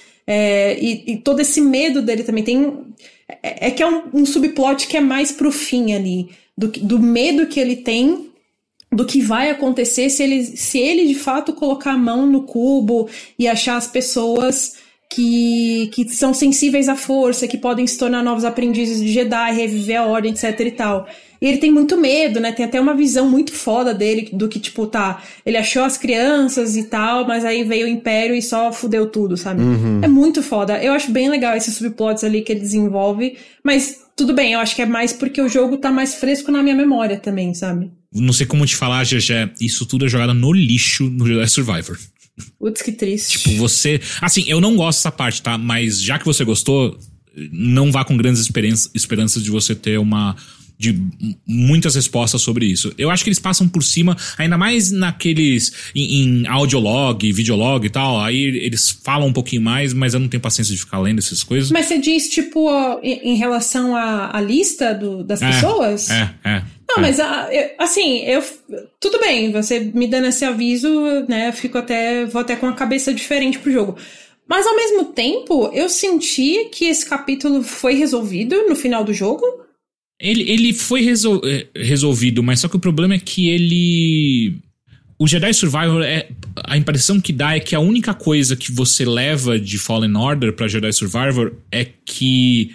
E todo esse medo dele também que é um subplot que é mais pro fim ali, do medo que ele tem do que vai acontecer se ele de fato colocar a mão no cubo e achar as pessoas que são sensíveis à força, que podem se tornar novos aprendizes de Jedi, reviver a ordem, etc e tal. E ele tem muito medo, né? Tem até uma visão muito foda dele, do que, tipo, ele achou as crianças e tal, mas aí veio o Império e só fudeu tudo, sabe? É muito foda. Eu acho bem legal esses subplots ali que ele desenvolve, mas tudo bem, eu acho que é mais porque o jogo tá mais fresco na minha memória também, sabe? Não sei como te falar, Gegé, isso tudo é jogado no lixo no Jedi Survivor. Putz, que triste. Tipo, você... Assim, eu não gosto dessa parte, tá? Mas já que você gostou, não vá com grandes esperanças de você ter de muitas respostas sobre isso. Eu acho que eles passam por cima, ainda mais naqueles em audiolog, videolog e tal, aí eles falam um pouquinho mais, mas eu não tenho paciência de ficar lendo essas coisas. Mas você diz, tipo, em relação à lista das pessoas? Não, mas assim, tudo bem, você me dando esse aviso, né, vou até com a cabeça diferente pro jogo. Mas ao mesmo tempo, eu senti que esse capítulo foi resolvido no final do jogo. Ele foi resolvido, mas só que o problema é que o Jedi Survivor, a impressão que dá é que a única coisa que você leva de Fallen Order pra Jedi Survivor é que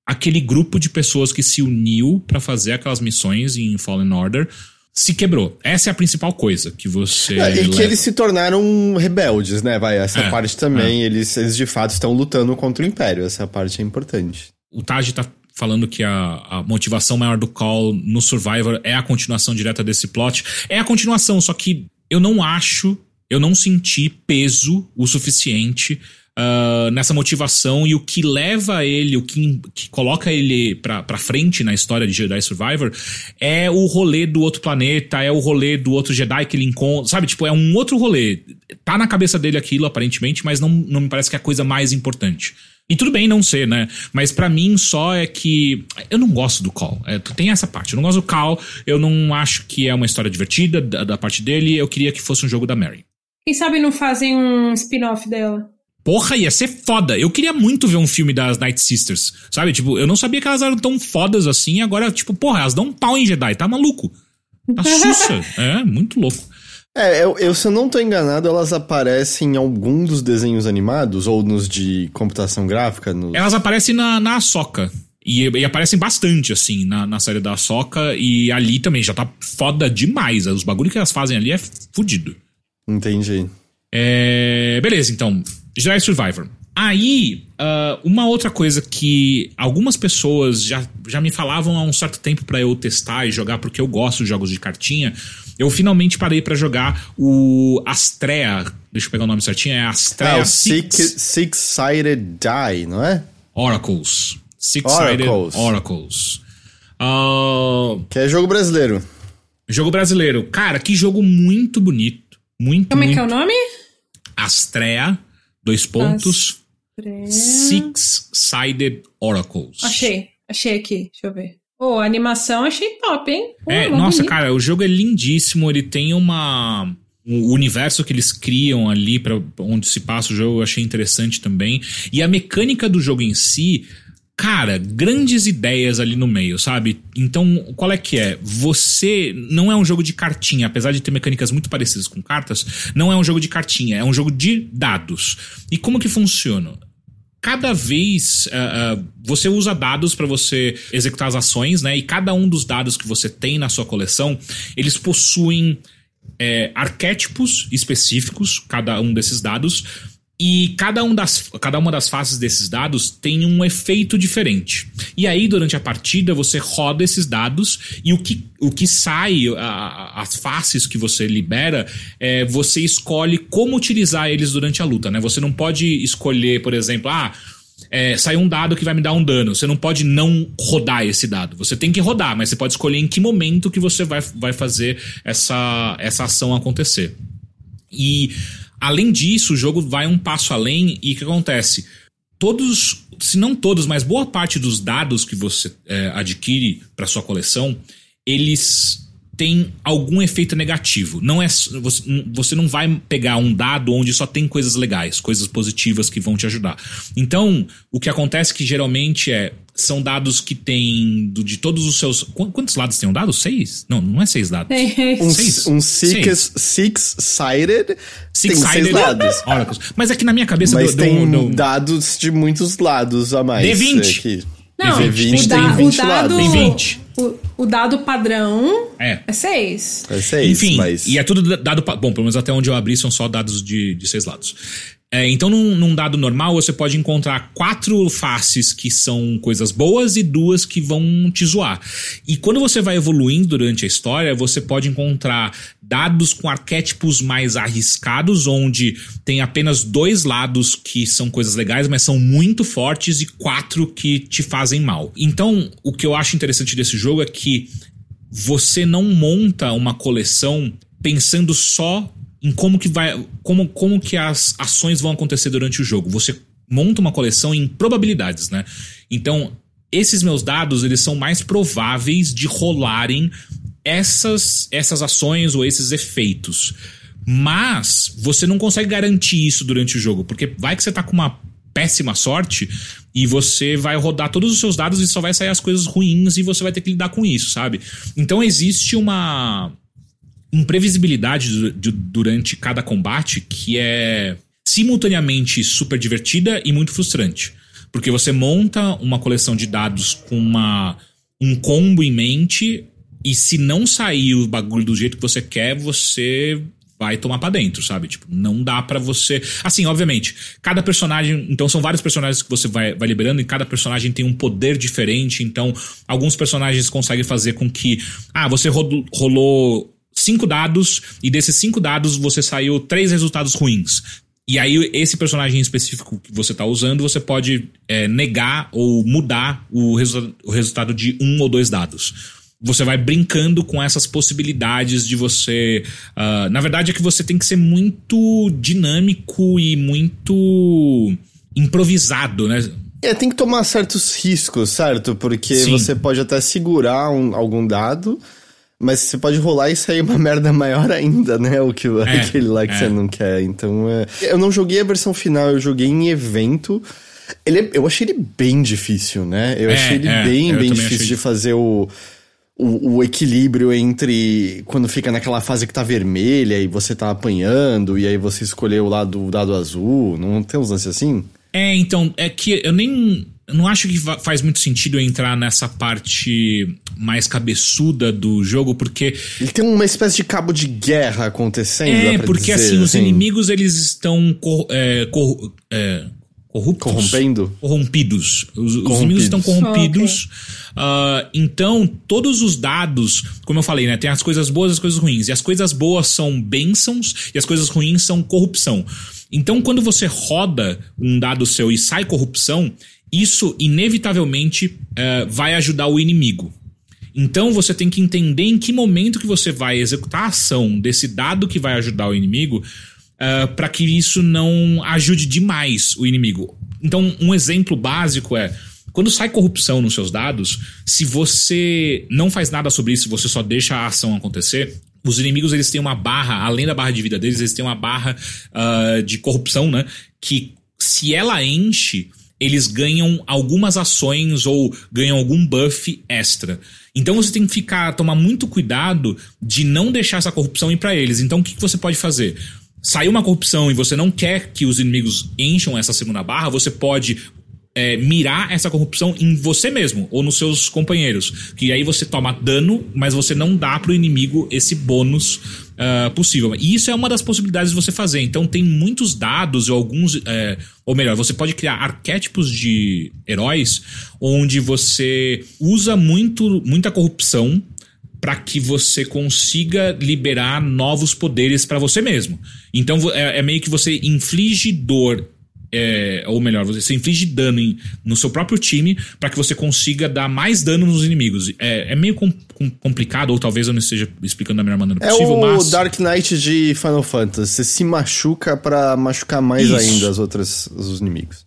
aquele grupo de pessoas que se uniu pra fazer aquelas missões em Fallen Order se quebrou. Essa é a principal coisa que você e que eles se tornaram rebeldes, né? Essa parte também, eles de fato estão lutando contra o Império. Essa parte é importante. O Taj tá falando que a motivação maior do Call no Survivor é a continuação direta desse plot. É a continuação, só que eu não senti peso o suficiente nessa motivação, e o que leva ele, o que coloca ele pra frente na história de Jedi Survivor é o rolê do outro planeta, é o rolê do outro Jedi que ele encontra, sabe? Tipo, é um outro rolê. Tá na cabeça dele aquilo, aparentemente, mas não me parece que é a coisa mais importante. E tudo bem não ser, né? Mas pra mim só é que eu não gosto do Call. Tem essa parte. Eu não gosto do Call. Eu não acho que é uma história divertida da parte dele. Eu queria que fosse um jogo da Mary. Quem sabe não fazem um spin-off dela? Porra, ia ser foda. Eu queria muito ver um filme das Night Sisters. Sabe? Tipo, eu não sabia que elas eram tão fodas assim. Agora, tipo, porra, elas dão um pau em Jedi. Tá maluco? Tá sussa. Muito louco. Se eu não tô enganado, elas aparecem em algum dos desenhos animados, ou nos de computação gráfica? Elas aparecem na Ahsoka. E aparecem bastante, assim, na série da Ahsoka. E ali também já tá foda demais. Os bagulhos que elas fazem ali é fudido. Entendi. Beleza, então. Jedi Survivor. Aí, uma outra coisa que algumas pessoas já me falavam há um certo tempo pra eu testar e jogar, porque eu gosto de jogos de cartinha. Eu finalmente parei pra jogar o Astrea. Deixa eu pegar o nome certinho. É Astrea Six-Sided Die, não é? Oracles. Six-Sided Oracles. Que é jogo brasileiro. Jogo brasileiro. Cara, que jogo muito bonito. Como é que é o nome? Astrea, Six-Sided Oracles. Achei aqui. Deixa eu ver. A animação achei top, hein? Nossa, bonito. Cara, o jogo é lindíssimo. Ele tem o universo que eles criam ali pra onde se passa o jogo, eu achei interessante também. E a mecânica do jogo em si, cara, grandes ideias ali no meio, sabe? Então, qual é que é? Você não é um jogo de cartinha, apesar de ter mecânicas muito parecidas com cartas, não é um jogo de cartinha, é um jogo de dados. E como que funciona? Cada vez você usa dados para você executar as ações, né? E cada um dos dados que você tem na sua coleção, eles possuem arquétipos específicos, cada um desses dados. E cada uma das faces desses dados tem um efeito diferente. E aí, durante a partida, você roda esses dados e o que sai, as faces que você libera, você escolhe como utilizar eles durante a luta, né? Você não pode escolher, por exemplo, sai um dado que vai me dar um dano. Você não pode não rodar esse dado. Você tem que rodar, mas você pode escolher em que momento que você vai fazer essa ação acontecer. E além disso, o jogo vai um passo além. E o que acontece? Todos, se não todos, mas boa parte dos dados que você adquire para sua coleção, eles têm algum efeito negativo. Você não vai pegar um dado onde só tem coisas legais, coisas positivas que vão te ajudar. Então, o que acontece que geralmente são dados que tem de todos os seus... Quantos lados tem um dado? 6? Não é 6 dados. Um six-sided tem 6 lados. Oracles. Mas aqui na minha cabeça... Mas tem dados de muitos lados a mais. D20. Aqui. Não, D20 tem 20 lados. Tem 20. O dado padrão é 6. É 6, enfim, mas... e é tudo dado... Bom, pelo menos até onde eu abri são só dados de 6 lados. Então, num dado normal, você pode encontrar 4 faces que são coisas boas e 2 que vão te zoar. E quando você vai evoluindo durante a história, você pode encontrar dados com arquétipos mais arriscados, onde tem apenas 2 lados que são coisas legais, mas são muito fortes, e 4 que te fazem mal. Então, o que eu acho interessante desse jogo é que você não monta uma coleção pensando só em como que as ações vão acontecer durante o jogo. Você monta uma coleção em probabilidades, né? Então, esses meus dados, eles são mais prováveis de rolarem essas ações ou esses efeitos. Mas você não consegue garantir isso durante o jogo, porque vai que você tá com uma péssima sorte e você vai rodar todos os seus dados e só vai sair as coisas ruins e você vai ter que lidar com isso, sabe? Então existe uma imprevisibilidade durante cada combate que é simultaneamente super divertida e muito frustrante. Porque você monta uma coleção de dados com um combo em mente, e se não sair o bagulho do jeito que você quer, você vai tomar pra dentro, sabe? Tipo, não dá pra você... Assim, obviamente, cada personagem... Então, são vários personagens que você vai liberando, e cada personagem tem um poder diferente. Então, alguns personagens conseguem fazer com que... você rolou 5 dados, e desses 5 dados você saiu 3 resultados ruins. E aí, esse personagem específico que você tá usando, você pode negar ou mudar o resultado de 1 ou 2 dados. Você vai brincando com essas possibilidades de você... na verdade é que você tem que ser muito dinâmico e muito improvisado, né? Tem que tomar certos riscos, certo? Porque Sim. Você pode até segurar algum dado, mas você pode rolar e sair uma merda maior ainda, né? Aquele lá que você não quer. Então, eu não joguei a versão final, eu joguei em evento. Eu achei ele bem difícil, né? Eu achei ele bem difícil de fazer o equilíbrio entre quando fica naquela fase que tá vermelha e você tá apanhando, e aí você escolheu o dado azul. Não tem uns lances assim? Então, é que eu não acho que faz muito sentido eu entrar nessa parte mais cabeçuda do jogo, porque... Ele tem uma espéce de cabo de guerra acontecendo, porque dizer, assim, os inimigos, eles estão... Corrompidos. Os inimigos estão corrompidos. Okay. Então, todos os dados, como eu falei, né? Tem as coisas boas e as coisas ruins. E as coisas boas são bênçãos e as coisas ruins são corrupção. Então, quando você roda um dado seu e sai corrupção, isso inevitavelmente vai ajudar o inimigo. Então, você tem que entender em que momento que você vai executar a ação desse dado que vai ajudar o inimigo, para que isso não ajude demais o inimigo. Então, um exemplo básico é... Quando sai corrupção nos seus dados, se você não faz nada sobre isso, você só deixa a ação acontecer, os inimigos, eles têm uma barra, além da barra de vida deles, eles têm uma barra de corrupção, né? Que se ela enche, eles ganham algumas ações ou ganham algum buff extra. Então você tem que tomar muito cuidado de não deixar essa corrupção ir pra eles. Então o que você pode fazer? Saiu uma corrupção e você não quer que os inimigos encham essa segunda barra, você pode mirar essa corrupção em você mesmo ou nos seus companheiros, que aí você toma dano, mas você não dá pro inimigo esse bônus possível. E isso é uma das possibilidades de você fazer. Então tem muitos dados ou alguns... ou melhor, você pode criar arquétipos de heróis onde você usa muita corrupção para que você consiga liberar novos poderes para você mesmo. Então é meio que você inflige dor, ou melhor, você inflige dano no seu próprio time para que você consiga dar mais dano nos inimigos. É meio complicado, ou talvez eu não esteja explicando da melhor maneira possível, mas... É o Dark Knight de Final Fantasy. Você se machuca para machucar mais ainda os inimigos.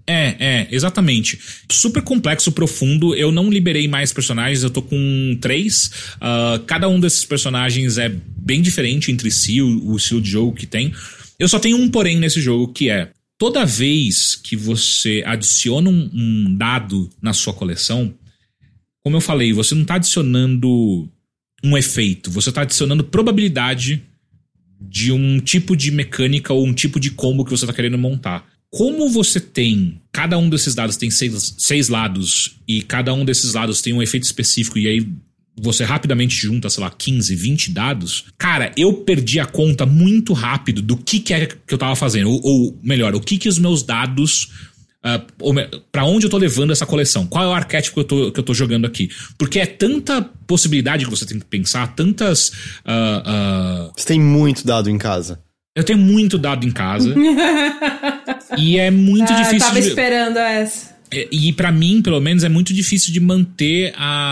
Exatamente. Super complexo, profundo. Eu não liberei mais personagens, eu tô com 3. Cada um desses personagens é bem diferente entre si, o estilo de jogo que tem. Eu só tenho um porém nesse jogo, que é: toda vez que você adiciona um dado na sua coleção, como eu falei, você não tá adicionando um efeito, você tá adicionando probabilidade de um tipo de mecânica ou um tipo de combo que você tá querendo montar. Como você tem... Cada um desses dados tem 6 lados, e cada um desses lados tem um efeito específico, e aí você rapidamente junta, sei lá, 15, 20 dados. Cara, eu perdi a conta muito rápido do que é que eu tava fazendo. Ou melhor, o que os meus dados... pra onde eu tô levando essa coleção? Qual é o arquétipo que eu tô jogando aqui? Porque é tanta possibilidade que você tem que pensar, tantas... Você tem muito dado em casa. Eu tenho muito dado em casa. E é muito difícil... Tava esperando essa. E pra mim, pelo menos, é muito difícil de manter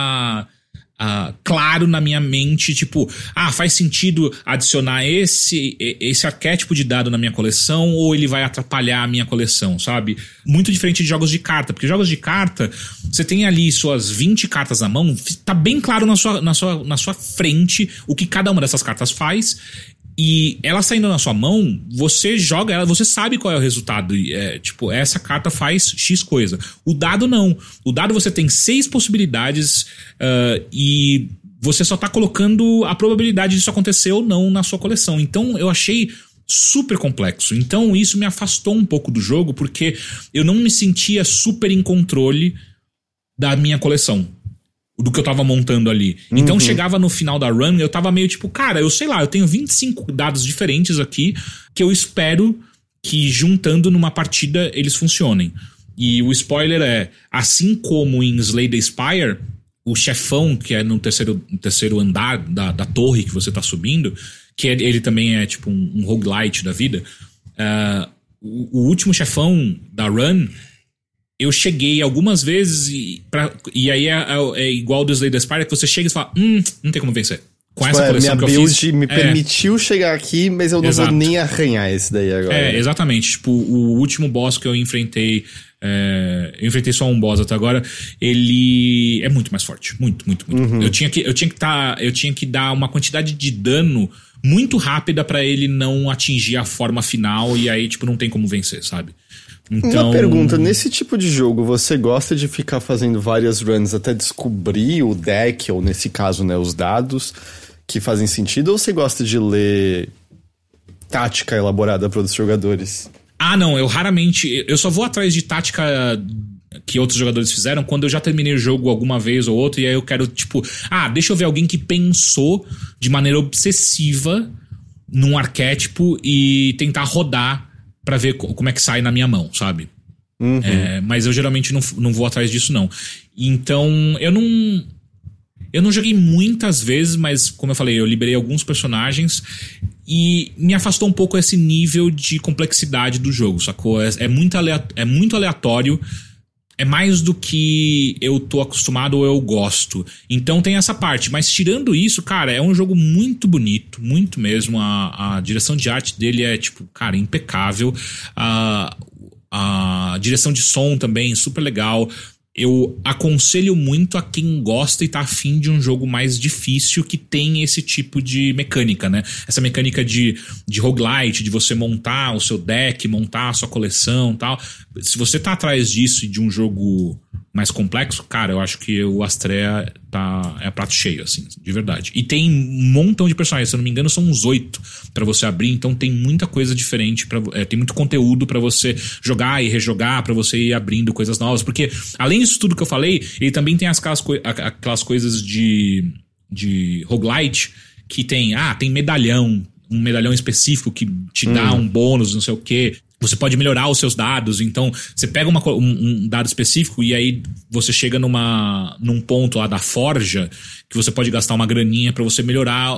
claro na minha mente, tipo, faz sentido adicionar esse arquétipo de dado na minha coleção, ou ele vai atrapalhar a minha coleção, sabe? Muito diferente de jogos de carta, porque jogos de carta, você tem ali suas 20 cartas na mão, tá bem claro na sua frente o que cada uma dessas cartas faz, e ela saindo na sua mão, você joga ela, você sabe qual é o resultado. Tipo, essa carta faz X coisa. O dado não. O dado você tem 6 possibilidades e você só tá colocando a probabilidade disso acontecer ou não na sua coleção. Então eu achei super complexo. Então isso me afastou um pouco do jogo, porque eu não me sentia super em controle da minha coleção, do que eu tava montando ali. Então chegava no final da run, eu tava meio tipo, cara, eu sei lá, eu tenho 25 dados diferentes aqui que eu espero que juntando numa partida eles funcionem. E o spoiler é, assim como em Slay the Spire, o chefão, que é no terceiro andar da torre que você tá subindo, que ele também é tipo um roguelite da vida, o último chefão da run, eu cheguei algumas vezes e aí é igual do Slay the Spire, que você chega e fala, não tem como vencer. Com essa coleção minha que eu fiz... build me permitiu chegar aqui, mas eu não vou nem arranhar esse daí agora. Exatamente. Tipo, o último boss que eu enfrentei... eu enfrentei só um boss até agora. Ele é muito mais forte. Muito, muito, muito. Eu tinha que dar uma quantidade de dano muito rápida pra ele não atingir a forma final. E aí, tipo, não tem como vencer, sabe? Então... Uma pergunta, nesse tipo de jogo, você gosta de ficar fazendo várias runs até descobrir o deck, ou nesse caso, né, os dados que fazem sentido, ou você gosta de ler tática elaborada para outros jogadores? Ah, não, eu só vou atrás de tática que outros jogadores fizeram quando eu já terminei o jogo alguma vez ou outra, e aí eu quero, tipo, deixa eu ver alguém que pensou de maneira obsessiva num arquétipo e tentar rodar pra ver como é que sai na minha mão, sabe? Mas eu geralmente não vou atrás disso, não. Então, eu não joguei muitas vezes, mas como eu falei, eu liberei alguns personagens e me afastou um pouco esse nível de complexidade do jogo, sacou? É muito aleatório, é mais do que eu tô acostumado ou eu gosto. Então tem essa parte, mas tirando isso, cara, é um jogo muito bonito, muito mesmo. A direção de arte dele é, tipo, cara, impecável. A direção de som também, super legal. Eu aconselho muito a quem gosta e tá afim de um jogo mais difícil que tem esse tipo de mecânica, né? Essa mecânica de roguelite, de você montar o seu deck, montar a sua coleção e tal. Se você tá atrás disso e de um jogo mais complexo, cara, eu acho que o Astrea é prato cheio, assim, de verdade. E tem um montão de personagens, se eu não me engano são uns 8 pra você abrir, então tem muita coisa diferente, tem muito conteúdo pra você jogar e rejogar, pra você ir abrindo coisas novas, porque além disso tudo que eu falei, ele também tem aquelas coisas de roguelite, que tem medalhão, um medalhão específico que te dá um bônus, não sei o quê. Você pode melhorar os seus dados, então você pega um dado específico e aí você chega num ponto lá da forja que você pode gastar uma graninha pra você melhorar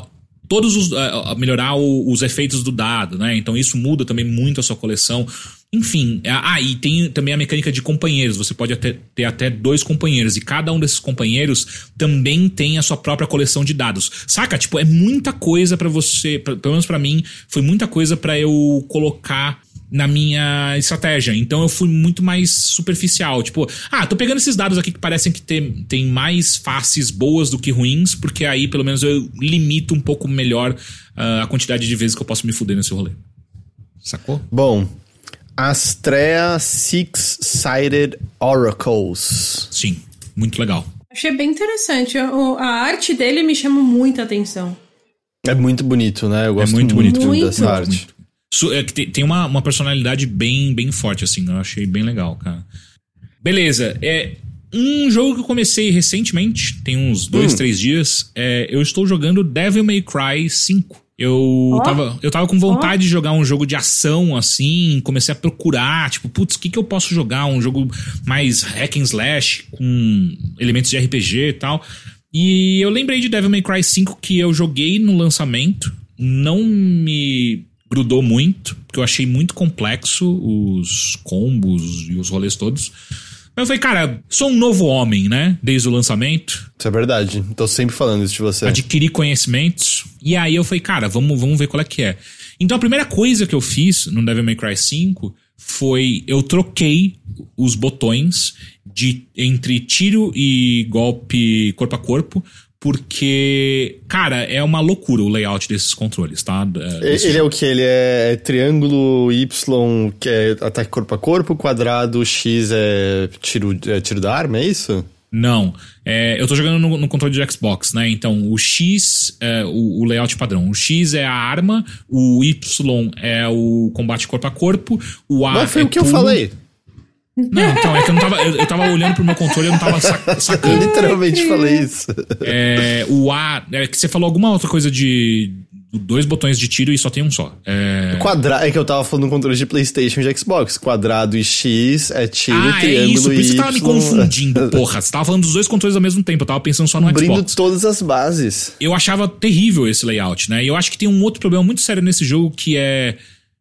melhorar os efeitos do dado, né? Então isso muda também muito a sua coleção. Enfim, e tem também a mecânica de companheiros. Você pode ter até 2 companheiros e cada um desses companheiros também tem a sua própria coleção de dados. Saca? Tipo, é muita coisa pra você, pelo menos pra mim, foi muita coisa pra eu colocar na minha estratégia. Então eu fui muito mais superficial. Tipo, tô pegando esses dados aqui que parecem que tem mais faces boas do que ruins, porque aí pelo menos eu limito um pouco melhor a quantidade de vezes que eu posso me fuder nesse rolê. Sacou? Bom, Astrea Six-Sided Oracles. Sim, muito legal. Achei bem interessante. A arte dele me chama muita atenção. É muito bonito, né? Eu gosto muito bonito dessa arte. Tem uma personalidade bem, bem forte, assim. Eu achei bem legal, cara. Beleza. Um jogo que eu comecei recentemente, tem uns 2-3 dias. Eu estou jogando Devil May Cry 5. Eu tava com vontade de jogar um jogo de ação, assim. Comecei a procurar, tipo, putz, o que eu posso jogar? Um jogo mais hack and slash, com elementos de RPG e tal. E eu lembrei de Devil May Cry 5, que eu joguei no lançamento. Não me grudou muito, porque eu achei muito complexo os combos e os rolês todos. Mas eu falei, cara, sou um novo homem, né? Desde o lançamento. Isso é verdade. Tô sempre falando isso de você. Adquiri conhecimentos. E aí eu falei, cara, vamos ver qual é que é. Então a primeira coisa que eu fiz no Devil May Cry 5 foi... eu troquei os botões entre tiro e golpe corpo a corpo, porque, cara, é uma loucura o layout desses controles, tá? Ele é o que? Ele é triângulo, Y, que é ataque corpo a corpo, quadrado, X é tiro da arma, é isso? Não. Eu tô jogando no controle de Xbox, né? Então, o X é o layout padrão. O X é a arma, o Y é o combate corpo a corpo, o A Mas foi é o que eu falei. Não, então, é que eu tava olhando pro meu controle e eu não tava sacando. Eu literalmente falei isso. O A, que você falou alguma outra coisa de 2 botões de tiro e só tem um só. É que eu tava falando no controle de PlayStation e de Xbox. Quadrado e X é tiro, triângulo isso. Por isso e você tava me confundindo, porra. Você tava falando dos 2 controles ao mesmo tempo. Eu tava pensando só no Xbox. Abrindo todas as bases. Eu achava terrível esse layout, né? E eu acho que tem um outro problema muito sério nesse jogo que é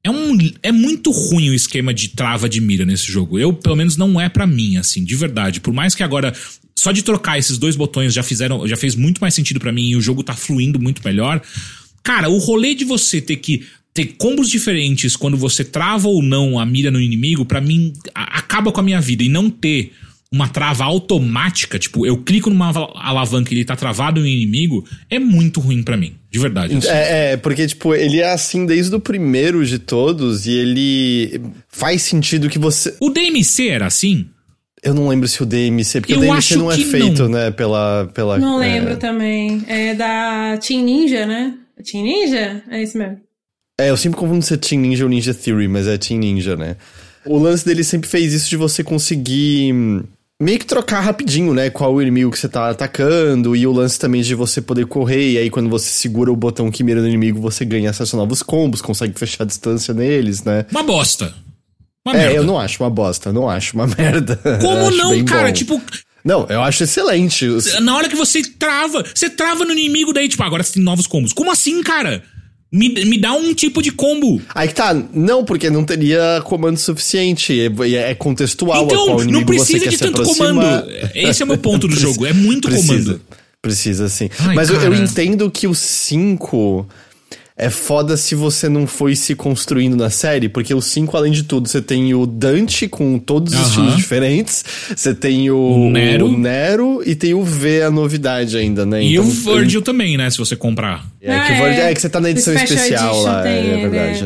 muito ruim o esquema de trava de mira nesse jogo. Pelo menos, não é pra mim, assim, de verdade. Por mais que agora, só de trocar esses 2 botões já fez muito mais sentido pra mim e o jogo tá fluindo muito melhor. Cara, o rolê de você ter que ter combos diferentes quando você trava ou não a mira no inimigo, pra mim, acaba com a minha vida. E não ter uma trava automática, tipo, eu clico numa alavanca e ele tá travado no inimigo, é muito ruim pra mim, de verdade. Assim. Porque, tipo, ele é assim desde o primeiro de todos e ele faz sentido que você... O DMC era assim? Eu não lembro se o DMC... Porque o DMC não é feito, né, pela... Não lembro também. É da Team Ninja, né? Team Ninja? É isso mesmo. Eu sempre confundo se é Team Ninja ou Ninja Theory, mas é Team Ninja, né? O lance dele sempre fez isso de você conseguir... meio que trocar rapidinho, né? Qual o inimigo que você tá atacando. E o lance também de você poder correr. E aí quando você segura o botão que mira no inimigo, você ganha acesso a novos combos. Consegue fechar a distância neles, né? Uma bosta. Uma merda. Eu não acho uma bosta. Eu não acho uma merda. Como não, cara? Bom. Tipo... Não, eu acho excelente. Na hora que você trava no inimigo, daí tipo, agora você tem novos combos. Como assim, cara? Me dá um tipo de combo. Aí que tá, não, porque não teria comando suficiente. É contextual então, a qual inimigo não precisa você quer de se tanto aproximar. comando. Esse é o meu ponto do jogo. É muito comando. Precisa, sim. Ai, mas cara. eu entendo que o 5 é foda se você não foi se construindo na série, porque o 5, além de tudo, você tem o Dante com todos os estilos diferentes, você tem o Nero e tem o V, a novidade ainda, né? E então, o Virgil também, né, se você comprar. Que você tá na edição especial lá, é verdade.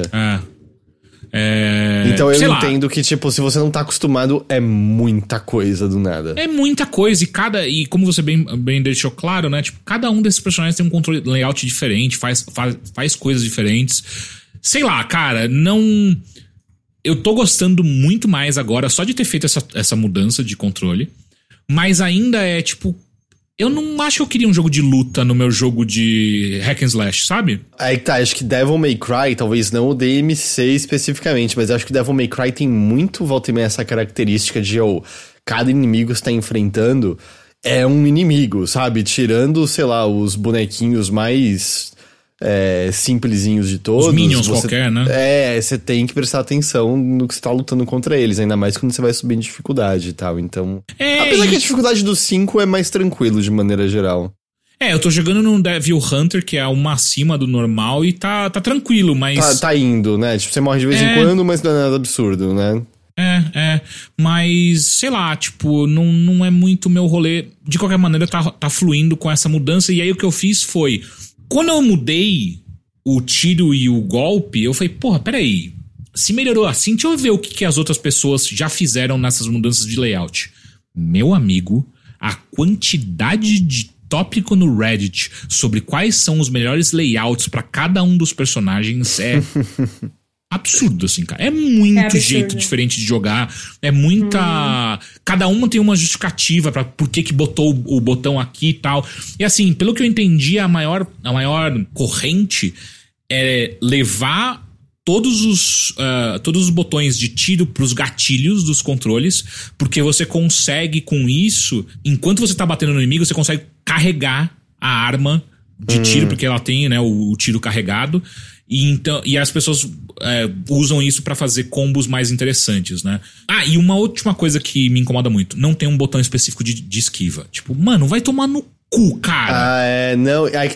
Então eu entendo que, tipo, se você não tá acostumado, é muita coisa do nada. É muita coisa, e como você bem deixou claro, né? Tipo, cada um desses personagens tem um controle layout diferente, faz coisas diferentes. Sei lá, cara, não... Eu tô gostando muito mais agora só de ter feito essa mudança de controle. Mas ainda é, tipo... Eu não acho que eu queria um jogo de luta no meu jogo de hack and slash, sabe? Aí tá, acho que Devil May Cry, talvez não o DMC especificamente, mas acho que Devil May Cry tem muito, volta e meia, essa característica de, cada inimigo que você tá enfrentando é um inimigo, sabe? Tirando, sei lá, os bonequinhos mais simplesinhos de todos. Os minions qualquer, né? Você tem que prestar atenção no que você tá lutando contra eles, ainda mais quando você vai subir em dificuldade e tal, então... Apesar que a dificuldade do 5 é mais tranquilo, de maneira geral. Eu tô jogando no Devil Hunter, que é uma acima do normal, e tá tranquilo, mas... Tá indo, né? Tipo, você morre de vez em quando, mas não é nada absurdo, né? Mas, sei lá, tipo, não é muito meu rolê. De qualquer maneira, tá fluindo com essa mudança, e aí o que eu fiz foi... Quando eu mudei o tiro e o golpe, eu falei, porra, peraí, se melhorou assim, deixa eu ver o que as outras pessoas já fizeram nessas mudanças de layout. Meu amigo, a quantidade de tópico no Reddit sobre quais são os melhores layouts pra cada um dos personagens é absurdo, assim, cara. É muito jeito diferente de jogar. É muita... Cada uma tem uma justificativa pra por que botou o botão aqui e tal. E assim, pelo que eu entendi, a maior corrente é levar todos os botões de tiro pros gatilhos dos controles, porque você consegue com isso, enquanto você tá batendo no inimigo, você consegue carregar a arma de tiro, porque ela tem, né, o tiro carregado. E as pessoas usam isso pra fazer combos mais interessantes, né? E uma última coisa que me incomoda muito: não tem um botão específico de esquiva. Tipo, mano, vai tomar no cu, cara. Não, aí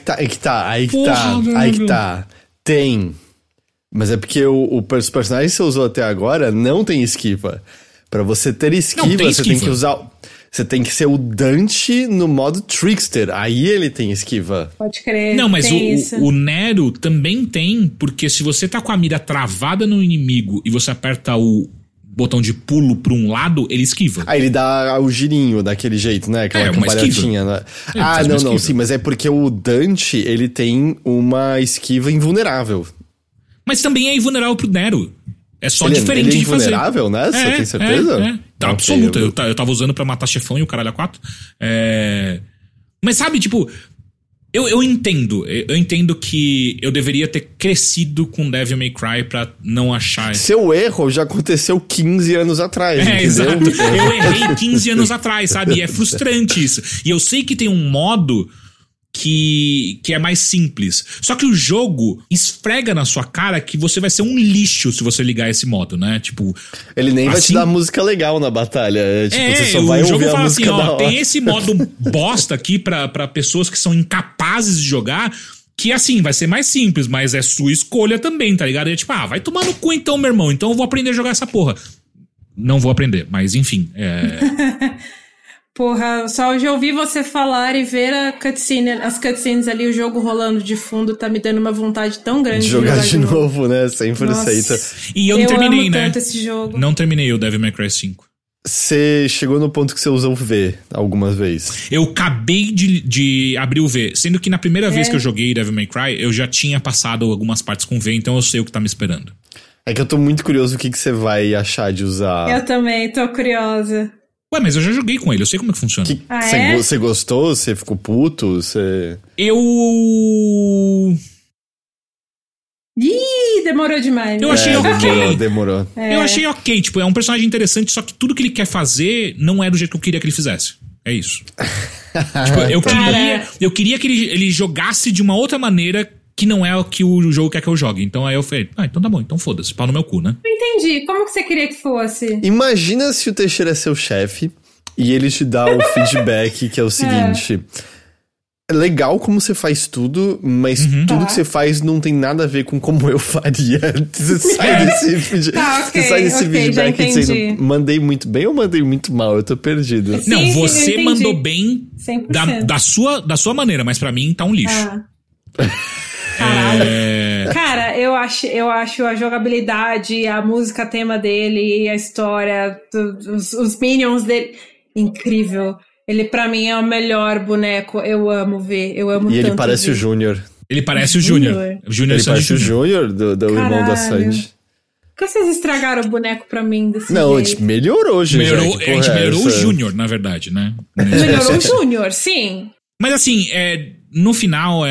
que tá. Tem. Mas é porque os personagens que você usou até agora não tem esquiva. Pra você ter esquiva, você tem que usar... Você tem que ser o Dante no modo Trickster. Aí ele tem esquiva. Pode crer. Não, mas o Nero também tem, porque se você tá com a mira travada no inimigo e você aperta o botão de pulo pra um lado, ele esquiva. Ele dá o girinho daquele jeito, né? Aquela cambalhotinha, né? Não, sim, mas é porque o Dante, ele tem uma esquiva invulnerável. Mas também é invulnerável pro Nero. É só diferente de fazer. Ele é invulnerável, né? Você tem certeza? Tá, absoluta. Eu tava usando pra matar chefão e o caralho a 4. Mas sabe, tipo... Eu entendo. Eu entendo que eu deveria ter crescido com Devil May Cry pra não achar... Seu erro já aconteceu 15 anos atrás, entendeu? Exato. Eu errei 15 anos atrás, sabe? E é frustrante isso. E eu sei que tem um modo... Que é mais simples. Só que o jogo esfrega na sua cara que você vai ser um lixo se você ligar esse modo, né? Tipo... Ele nem vai te dar música legal na batalha. Você só vai ouvir a música da hora. Tem esse modo bosta aqui pra pessoas que são incapazes de jogar, que assim, vai ser mais simples, mas é sua escolha também, tá ligado? E é tipo, vai tomar no cu então, meu irmão. Então eu vou aprender a jogar essa porra. Não vou aprender, mas enfim. Porra, só de ouvir você falar e ver as cutscenes ali, o jogo rolando de fundo, tá me dando uma vontade tão grande de jogar de novo, né? Sempre aceita. E eu não terminei, amo né? Tanto esse jogo. Não terminei o Devil May Cry 5. Você chegou no ponto que você usou o V algumas vezes. Eu acabei de abrir o V, sendo que na primeira vez que eu joguei Devil May Cry, eu já tinha passado algumas partes com V, então eu sei o que tá me esperando. É que eu tô muito curioso o que você vai achar de usar. Eu também, tô curiosa. Ué, mas eu já joguei com ele, eu sei como é que funciona. Você gostou? Você ficou puto? Ih, demorou demais. Eu achei ok. Demorou. Eu achei ok, tipo, é um personagem interessante, só que tudo que ele quer fazer não é do jeito que eu queria que ele fizesse. É isso. Tipo, eu queria que ele jogasse de uma outra maneira que não é o que o jogo quer que eu jogue. Então aí eu falei, então tá bom, então foda-se, pau no meu cu, né? Não entendi, como que você queria que fosse? Imagina se o Teixeira é seu chefe e ele te dá o feedback que é o seguinte... É legal como você faz tudo, mas tudo que você faz não tem nada a ver com como eu faria. Você sai desse feedback dizendo, mandei muito bem ou mandei muito mal? Eu tô perdido. Sim, não, você mandou bem da sua maneira, mas pra mim tá um lixo. Cara, eu acho a jogabilidade, a música tema dele, a história, os minions dele, incrível. Ele pra mim é o melhor boneco, eu amo ver, eu amo tanto. E ele parece o Júnior. Ele parece o Júnior. Ele parece o Júnior do irmão da Sandy. Por que vocês estragaram o boneco pra mim desse jeito? Não, a gente melhorou, gente. A gente melhorou o Júnior, na verdade, né? Melhorou o Júnior, sim. Mas assim, no final,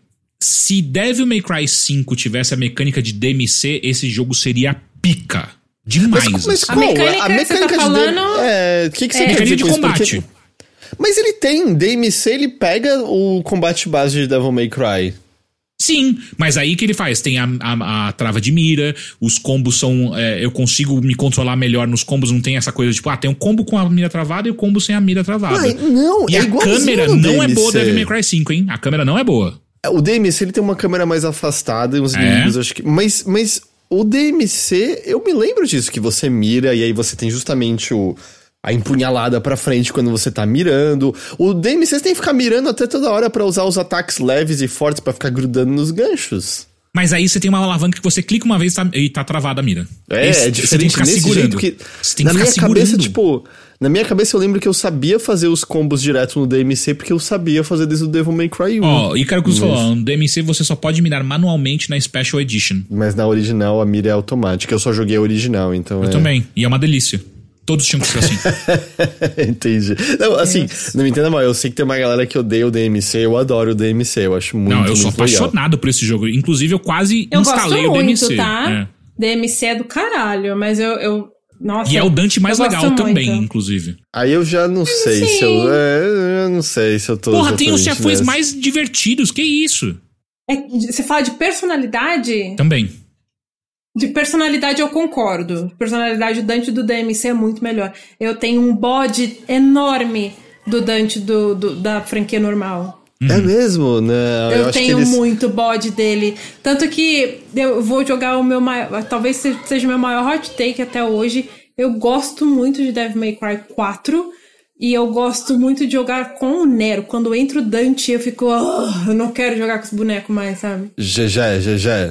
se Devil May Cry 5 tivesse a mecânica de DMC, esse jogo seria pica. Demais. Mas qual? A mecânica que você tá falando... O que você quer dizer de com combate. Isso? Mas ele tem, DMC, ele pega o combate base de Devil May Cry. Sim, mas aí que ele faz? Tem a trava de mira, os combos são... eu consigo me controlar melhor nos combos, não tem essa coisa tipo, tem um combo com a mira travada e o combo sem a mira travada. Não, e a câmera não é boa do Devil May Cry 5, hein? A câmera não é boa. O DMC, ele tem uma câmera mais afastada e uns inimigos, acho que... Mas o DMC, eu me lembro disso, que você mira e aí você tem justamente a empunhalada pra frente quando você tá mirando. O DMC você tem que ficar mirando até toda hora pra usar os ataques leves e fortes pra ficar grudando nos ganchos. Mas aí você tem uma alavanca que você clica uma vez e tá travada a mira. É diferente. Você tem que ficar segurando. Você tem que ficar segurando. Na minha cabeça eu lembro que eu sabia fazer os combos direto no DMC porque eu sabia fazer desde o Devil May Cry 1. E Carlos falou, no DMC você só pode mirar manualmente na Special Edition. Mas na original a mira é automática. Eu só joguei a original, então Eu também. E é uma delícia. Todos tinham que ser assim. Entendi. Não, assim, não me entenda mal, eu sei que tem uma galera que odeia o DMC, eu adoro o DMC, eu acho muito legal. Não, eu sou apaixonado por esse jogo. Inclusive, eu quase instalei o DMC. Muito, tá? DMC é do caralho, mas nossa, e é o Dante mais legal também, inclusive. Aí eu já não sei se eu não sei se eu tô... Porra, tem os chefões mais divertidos, que isso? Você fala de personalidade? Também. De personalidade eu concordo. Personalidade, o Dante do DMC é muito melhor. Eu tenho um bode enorme do Dante da franquia normal. É mesmo, né? Eu tenho muito bode dele. Tanto que eu vou jogar o meu maior... Talvez seja o meu maior hot take até hoje. Eu gosto muito de Devil May Cry 4. E eu gosto muito de jogar com o Nero. Quando entra o Dante, eu fico... eu não quero jogar com esse boneco mais, sabe? GG.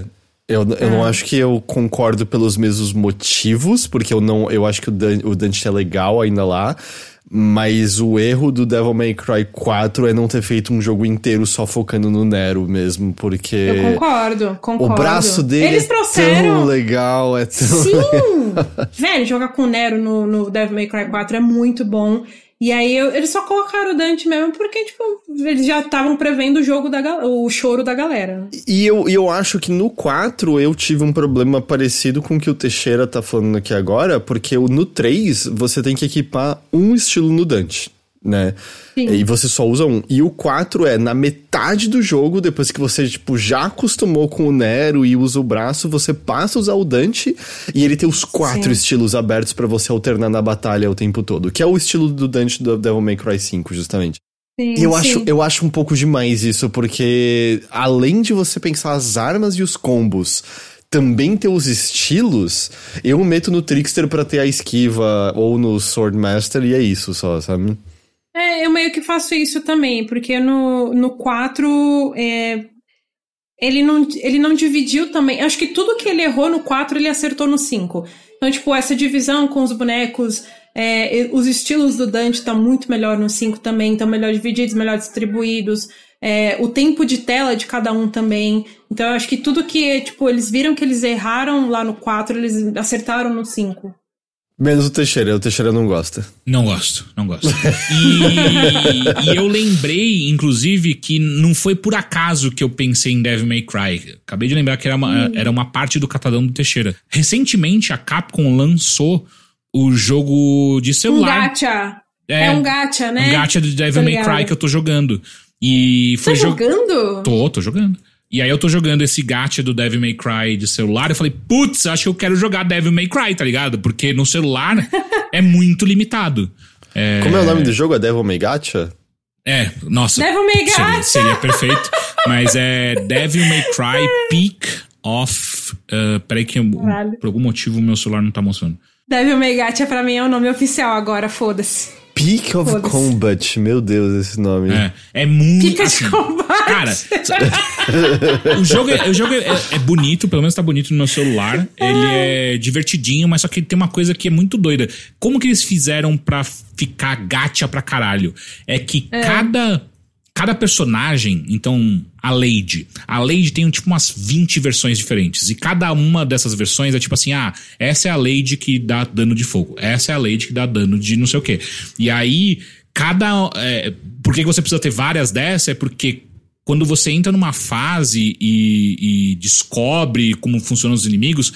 Eu não acho que eu concordo pelos mesmos motivos, porque eu acho que o Dante é legal ainda lá, mas o erro do Devil May Cry 4 é não ter feito um jogo inteiro só focando no Nero mesmo, porque... Eu concordo. O braço dele Eles trouxeram... tão legal, é tão... Sim! Velho, jogar com o Nero no Devil May Cry 4 é muito bom. E aí eles só colocaram o Dante mesmo porque, tipo, eles já estavam prevendo o choro da galera. E eu acho que no 4 eu tive um problema parecido com o que o Teixeira tá falando aqui agora, porque no 3 você tem que equipar um estilo no Dante, né? Sim. E você só usa um. E o 4 é na metade do jogo, depois que você, tipo, já acostumou com o Nero e usa o braço, você passa a usar o Dante e ele tem os 4 estilos abertos pra você alternar na batalha o tempo todo, que é o estilo do Dante do Devil May Cry 5, justamente. Sim, e eu acho um pouco demais isso, porque além de você pensar as armas e os combos, também ter os estilos, eu meto no Trickster pra ter a esquiva ou no Swordmaster e é isso só, sabe? Eu meio que faço isso também, porque no 4 ele não dividiu também. Acho que tudo que ele errou no 4 ele acertou no 5. Então, tipo, essa divisão com os bonecos, os estilos do Dante tá muito melhor no 5 também, estão melhor divididos, melhor distribuídos. O tempo de tela de cada um também. Então, eu acho que tudo que, tipo, eles viram que eles erraram lá no 4, eles acertaram no 5. Menos o Teixeira não gosta. Não gosto. E eu lembrei, inclusive, que não foi por acaso que eu pensei em Devil May Cry. Acabei de lembrar que era uma parte do catadão do Teixeira. Recentemente, a Capcom lançou o jogo de celular. Um gacha. É um gacha, né? Um gacha de Devil May Cry que eu tô jogando. E foi jogando? Tô jogando. E aí eu tô jogando esse gacha do Devil May Cry de celular, eu falei, putz, acho que eu quero jogar Devil May Cry, tá ligado? Porque no celular é muito limitado. Como é o nome do jogo? É Devil May Gacha? Nossa. Devil May Gacha! Seria perfeito. Mas é Devil May Cry Peak of... peraí que por algum motivo o meu celular não tá mostrando. Devil May Gacha pra mim é o nome oficial agora, foda-se. Peak of Combat, meu Deus, esse nome. É muito... Peak of Combat. Cara, o jogo é bonito, pelo menos tá bonito no meu celular. Ele é divertidinho, mas só que tem uma coisa que é muito doida. Como que eles fizeram pra ficar gacha pra caralho? É que cada personagem, então a Lady tem tipo umas 20 versões diferentes. E cada uma dessas versões é tipo assim, essa é a Lady que dá dano de fogo. Essa é a Lady que dá dano de não sei o quê. E aí, por que você precisa ter várias dessas? É porque quando você entra numa fase e descobre como funcionam os inimigos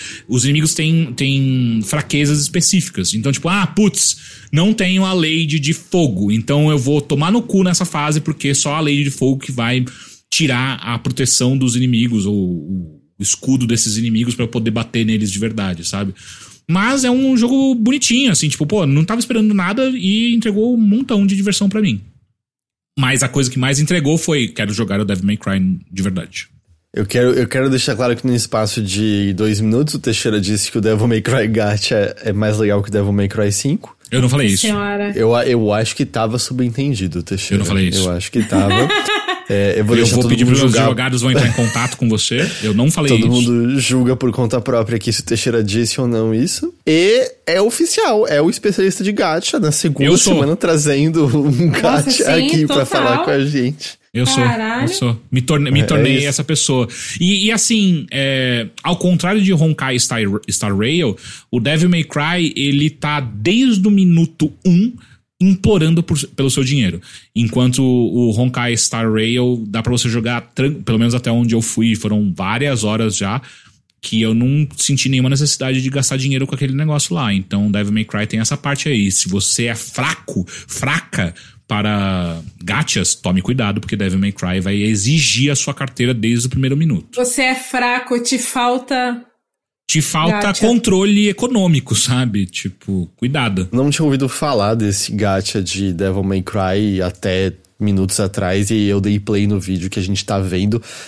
têm fraquezas específicas. Então, tipo, não tenho a Lady de fogo, então eu vou tomar no cu nessa fase porque só a Lady de fogo que vai tirar a proteção dos inimigos ou o escudo desses inimigos pra eu poder bater neles de verdade, sabe? Mas é um jogo bonitinho, assim, tipo, não tava esperando nada e entregou um montão de diversão pra mim. Mas a coisa que mais entregou foi, quero jogar o Devil May Cry de verdade. Eu quero deixar claro que no espaço de 2 minutos o Teixeira disse que o Devil May Cry Gacha é mais legal que o Devil May Cry 5. Eu não falei isso. Eu acho que tava subentendido, Teixeira. Eu não falei isso. Eu acho que tava. Eu vou pedir para os advogados vão entrar em contato com você. Eu não falei todo isso. Todo mundo julga por conta própria aqui se o Teixeira disse ou não isso. E é oficial, é o especialista de gacha na segunda semana trazendo um gacha aqui pra falar com a gente. Eu sou. Me tornei essa pessoa. E assim, ao contrário de Honkai Star Rail, o Devil May Cry, ele tá desde o minuto 1 implorando pelo seu dinheiro. Enquanto o Honkai Star Rail dá pra você jogar, pelo menos até onde eu fui, foram várias horas já, que eu não senti nenhuma necessidade de gastar dinheiro com aquele negócio lá. Então Devil May Cry tem essa parte aí. Se você é fraca para gachas, tome cuidado, porque Devil May Cry vai exigir a sua carteira desde o primeiro minuto. Você é fraco, te falta gacha. Controle econômico, sabe? Tipo, cuidado. Não tinha ouvido falar desse gacha de Devil May Cry até minutos atrás e eu dei play no vídeo que a gente tá vendo.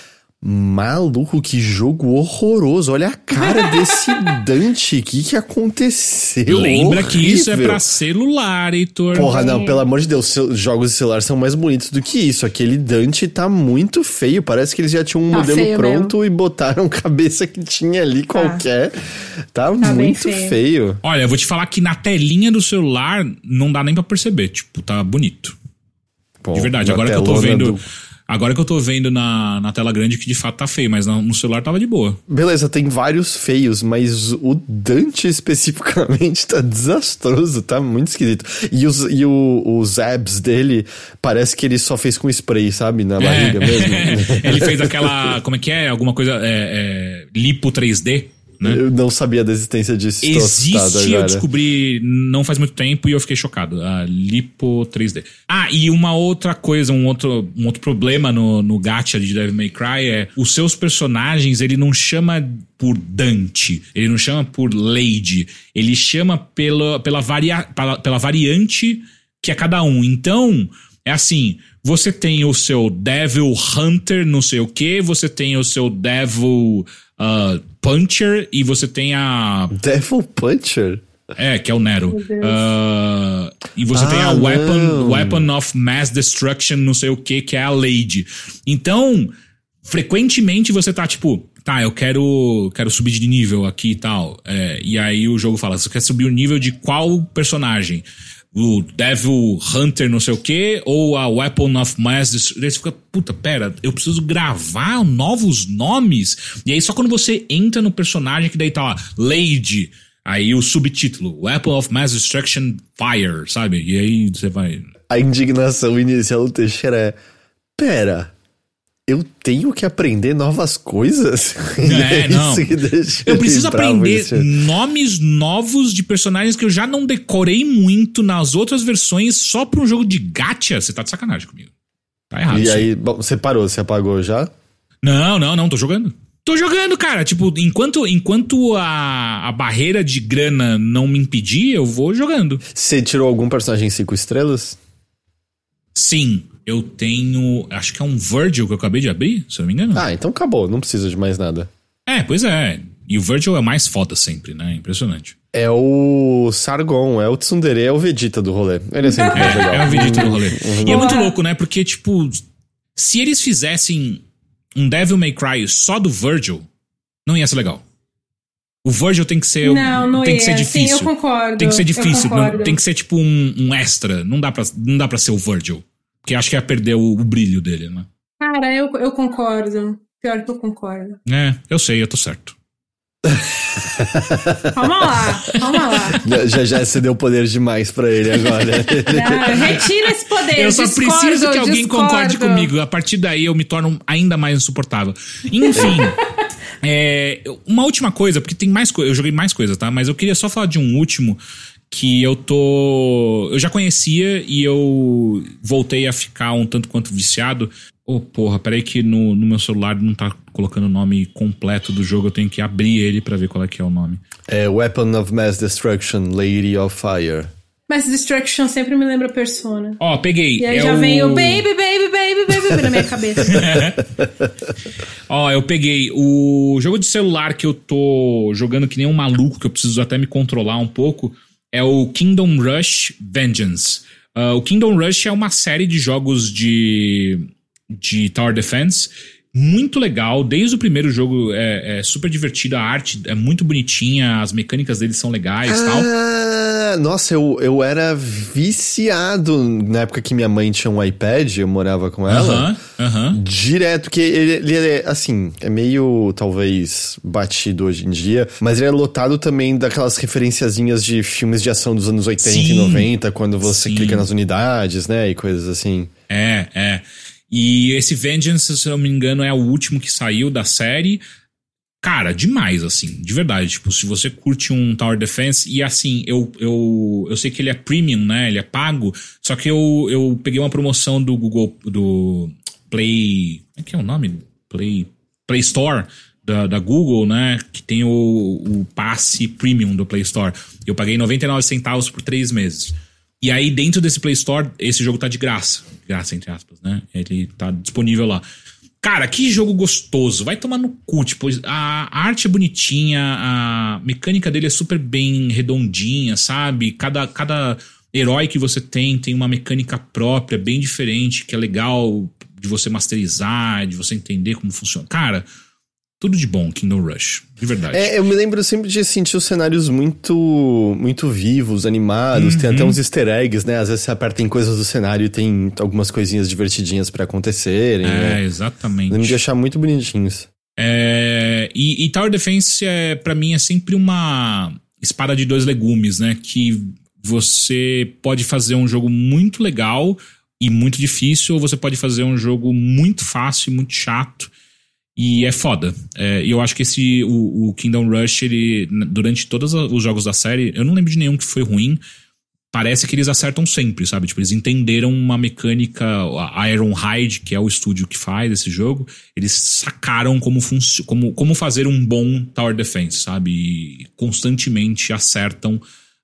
Maluco, que jogo horroroso. Olha a cara desse Dante. O que aconteceu? Lembra horrível. Que isso é pra celular, Heitor. Porra, não, pelo amor de Deus. Jogos de celular são mais bonitos do que isso. Aquele Dante tá muito feio. Parece que eles já tinham um modelo pronto mesmo. E botaram cabeça que tinha ali qualquer. Tá muito feio. Olha, eu vou te falar que na telinha do celular não dá nem pra perceber. Tipo, tá bonito. Pô, de verdade, agora que eu tô vendo... Agora que eu tô vendo na tela grande que de fato tá feio, mas no celular tava de boa. Beleza, tem vários feios, mas o Dante especificamente tá desastroso, tá muito esquisito. E os abs dele, parece que ele só fez com spray, sabe? Na barriga mesmo. Ele fez aquela, como é que é? Alguma coisa, lipo 3D. Né? Eu não sabia da existência disso. Existe, eu descobri não faz muito tempo e eu fiquei chocado. A Lipo 3D. E uma outra coisa, um outro problema no gacha de Devil May Cry é os seus personagens, ele não chama por Dante, ele não chama por Lady, ele chama pela variante que é cada um. Então, é assim, você tem o seu Devil Hunter, não sei o que, você tem o seu Devil... Puncher e você tem a... Devil Puncher? Que é o Nero. E você tem a Weapon of Mass Destruction, não sei o que é a Lady. Então, frequentemente você tá tipo... Tá, eu quero subir de nível aqui e tal. E aí o jogo fala, você quer subir o nível de qual personagem? O Devil Hunter não sei o que, ou a Weapon of Mass Destruction. Você fica, puta, pera, eu preciso gravar novos nomes? E aí só quando você entra no personagem que daí tá lá, Lady, aí o subtítulo, Weapon of Mass Destruction Fire, sabe? E aí você vai... A indignação inicial do Teixeira é, pera... Eu tenho que aprender novas coisas? Não. Eu preciso aprender nomes novos de personagens que eu já não decorei muito nas outras versões só pra um jogo de gacha? Você tá de sacanagem comigo. Tá errado. E aí, bom, você parou? Você apagou já? Não, tô jogando. Tô jogando, cara. Tipo, enquanto a barreira de grana não me impedir, eu vou jogando. Você tirou algum personagem 5 estrelas? Sim. Eu tenho... Acho que é um Virgil que eu acabei de abrir, se eu não me engano. Então acabou. Não precisa de mais nada. Pois é. E o Virgil é mais foda sempre, né? Impressionante. É o Sargon, é o Tsundere, é o Vegeta do rolê. Ele é sempre mais legal. É o Vegeta do rolê. E é muito louco, né? Porque, tipo... Se eles fizessem um Devil May Cry só do Virgil, não ia ser legal. O Virgil tem que ser... Não tem ia. Que ser difícil. Sim, eu concordo. Tem que ser difícil. Tem que ser tipo um extra. Não dá pra ser o Virgil. Porque acho que ia perder o brilho dele, né? Cara, eu concordo. Pior que eu concordo. Eu sei, eu tô certo. Calma lá. Já você deu poder demais pra ele agora. Retira esse poder. Eu só preciso que alguém concorde comigo. A partir daí eu me torno ainda mais insuportável. Enfim. Uma última coisa, porque tem mais coisa. Eu joguei mais coisas, tá? Mas eu queria só falar de um último que eu já conhecia e eu voltei a ficar um tanto quanto viciado. Porra, peraí que no meu celular não tá colocando o nome completo do jogo, eu tenho que abrir ele pra ver qual é que é o nome. Weapon of Mass Destruction, Lady of Fire. Mass Destruction sempre me lembra Persona. Peguei. E aí já vem o baby na minha cabeça. Eu peguei o jogo de celular que eu tô jogando que nem um maluco, que eu preciso até me controlar um pouco, é o Kingdom Rush Vengeance. O Kingdom Rush é uma série de jogos de Tower Defense, muito legal. Desde o primeiro jogo é super divertido, a arte é muito bonitinha, as mecânicas deles são legais e tal. Nossa, eu era viciado na época que minha mãe tinha um iPad, eu morava com ela. Direto, porque ele é, assim, é meio, talvez, batido hoje em dia, mas ele é lotado também daquelas referenciazinhas de filmes de ação dos anos 80 e 90, quando você clica nas unidades, né, e coisas assim. E esse Vengeance, se eu não me engano, é o último que saiu da série. Cara, demais, assim, de verdade. Tipo, se você curte um Tower Defense, e assim, eu sei que ele é premium, né? Ele é pago, só que eu peguei uma promoção do Google, do Play... Como é que é o nome? Play Store da Google, né? Que tem o passe premium do Play Store. Eu paguei 99 centavos por 3 meses. E aí, dentro desse Play Store, esse jogo tá de graça. De graça, entre aspas, né? Ele tá disponível lá. Cara, que jogo gostoso. Vai tomar no cu, tipo, a arte é bonitinha, a mecânica dele é super bem redondinha, sabe? Cada herói que você tem uma mecânica própria, bem diferente, que é legal de você masterizar, de você entender como funciona. Cara, tudo de bom, Kingdom Rush, de verdade. Eu me lembro sempre de sentir os cenários muito, muito vivos, animados, tem até uns easter eggs, né? Às vezes você aperta em coisas do cenário e tem algumas coisinhas divertidinhas pra acontecerem, né? Exatamente. Eu lembro de achar muito bonitinhos. E Tower Defense, pra mim, é sempre uma espada de dois legumes, né? Que você pode fazer um jogo muito legal e muito difícil, ou você pode fazer um jogo muito fácil e muito chato. E é foda. E eu acho que o Kingdom Rush, ele, durante todos os jogos da série, eu não lembro de nenhum que foi ruim. Parece que eles acertam sempre, sabe? Tipo, eles entenderam uma mecânica, a Ironhide, que é o estúdio que faz esse jogo, eles sacaram como fazer um bom Tower Defense, sabe? E constantemente acertam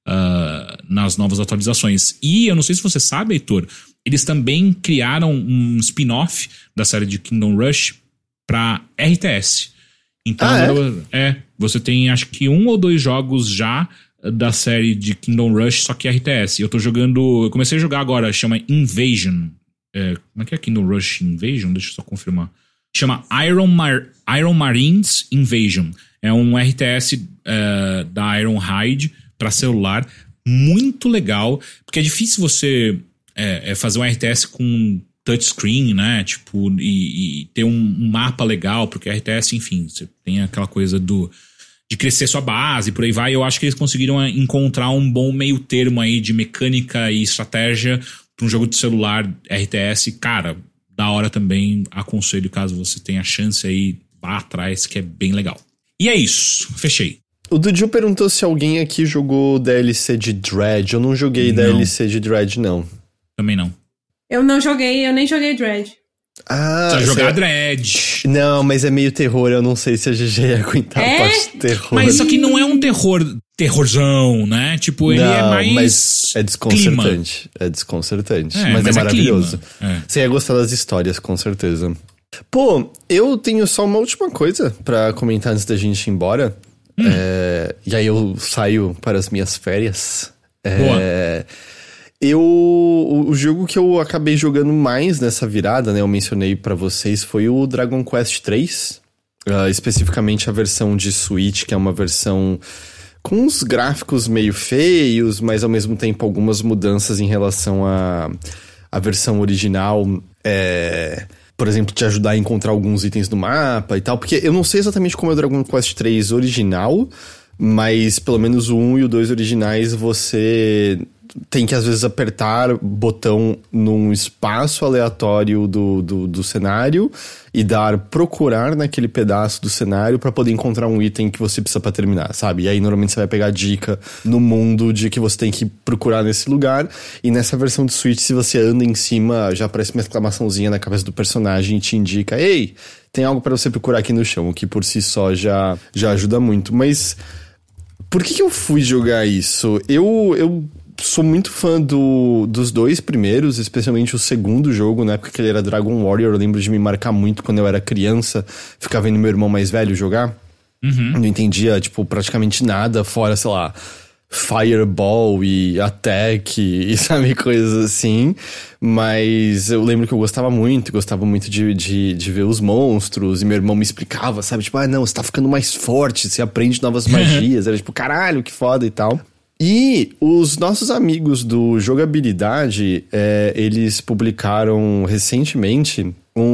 nas novas atualizações. E eu não sei se você sabe, Heitor, eles também criaram um spin-off da série de Kingdom Rush pra RTS. Então, você tem acho que 1 ou 2 jogos já da série de Kingdom Rush, só que RTS. Eu comecei a jogar agora, chama Invasion. Como é que é Kingdom Rush Invasion? Deixa eu só confirmar. Chama Iron Marines Invasion. É um RTS da Ironhide pra celular. Muito legal, porque é difícil você fazer um RTS com touchscreen, né? Tipo, e ter um mapa legal, porque RTS, enfim, você tem aquela coisa de crescer sua base, por aí vai. Eu acho que eles conseguiram encontrar um bom meio termo aí de mecânica e estratégia para um jogo de celular RTS. Cara, da hora também, aconselho caso você tenha chance aí, vá atrás, que é bem legal. E é isso, fechei. O Dudu perguntou se alguém aqui jogou DLC de Dread. Eu não joguei DLC de Dread, não. Também não. Eu nem joguei Dread. Ah, precisa jogar Dread. Não, mas é meio terror, eu não sei se a GG ia aguentar a parte de terror. Mas isso aqui não é um terrorzão, né? Tipo, ele é mais... mas é desconcertante. Clima. É desconcertante, mas é maravilhoso. Você ia gostar das histórias, com certeza. Pô, eu tenho só uma última coisa pra comentar antes da gente ir embora. E aí eu saio para as minhas férias. Boa. O jogo que eu acabei jogando mais nessa virada, né, eu mencionei pra vocês, foi o Dragon Quest 3. Especificamente a versão de Switch, que é uma versão com uns gráficos meio feios, mas ao mesmo tempo algumas mudanças em relação à versão original. Por exemplo, te ajudar a encontrar alguns itens no mapa e tal. Porque eu não sei exatamente como é o Dragon Quest 3 original, mas pelo menos o 1 e o 2 originais você tem que às vezes apertar botão num espaço aleatório do cenário e procurar naquele pedaço do cenário pra poder encontrar um item que você precisa pra terminar, sabe? E aí normalmente você vai pegar dica no mundo de que você tem que procurar nesse lugar. E nessa versão de Switch, se você anda em cima, já aparece uma exclamaçãozinha na cabeça do personagem e te indica: ei, tem algo pra você procurar aqui no chão, o que por si só já ajuda muito. Mas por que eu fui jogar isso? Eu sou muito fã dos dois primeiros, especialmente o segundo jogo, na época que ele era Dragon Warrior. Eu lembro de me marcar muito quando eu era criança, ficava vendo meu irmão mais velho jogar. Não entendia, tipo, praticamente nada, fora, sei lá, Fireball e Attack e sabe, coisas assim. Mas eu lembro que eu gostava muito de ver os monstros, e meu irmão me explicava, sabe, tipo, não, você tá ficando mais forte, você aprende novas magias. Era tipo, caralho, que foda e tal. E os nossos amigos do Jogabilidade, eles publicaram recentemente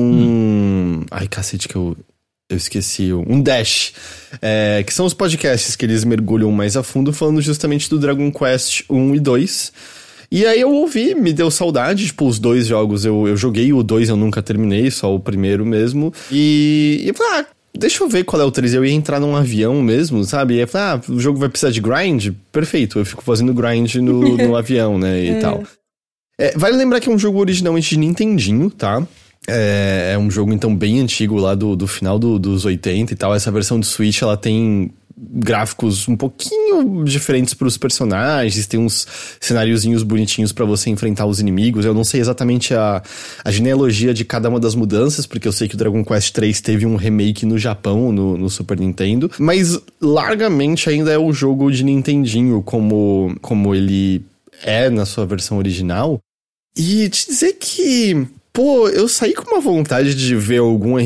Ai, cacete, que eu esqueci. Um Dash. Que são os podcasts que eles mergulham mais a fundo, falando justamente do Dragon Quest 1 e 2. E aí eu ouvi, me deu saudade, tipo, os dois jogos. Eu joguei o 2, eu nunca terminei, só o primeiro mesmo. E eu falei, deixa eu ver qual é o 3. Eu ia entrar num avião mesmo, sabe? E eu falei, o jogo vai precisar de grind? Perfeito, eu fico fazendo grind no avião, né, e tal. Vale lembrar que é um jogo originalmente de Nintendinho, tá? É um jogo, então, bem antigo lá do final dos 80 e tal. Essa versão do Switch, ela tem gráficos um pouquinho diferentes para os personagens, tem uns cenáriozinhos bonitinhos para você enfrentar os inimigos. Eu não sei exatamente a genealogia de cada uma das mudanças, porque eu sei que o Dragon Quest 3 teve um remake no Japão, no Super Nintendo, mas largamente ainda é o jogo de Nintendinho como ele é na sua versão original. E te dizer que, pô, eu saí com uma vontade de ver algum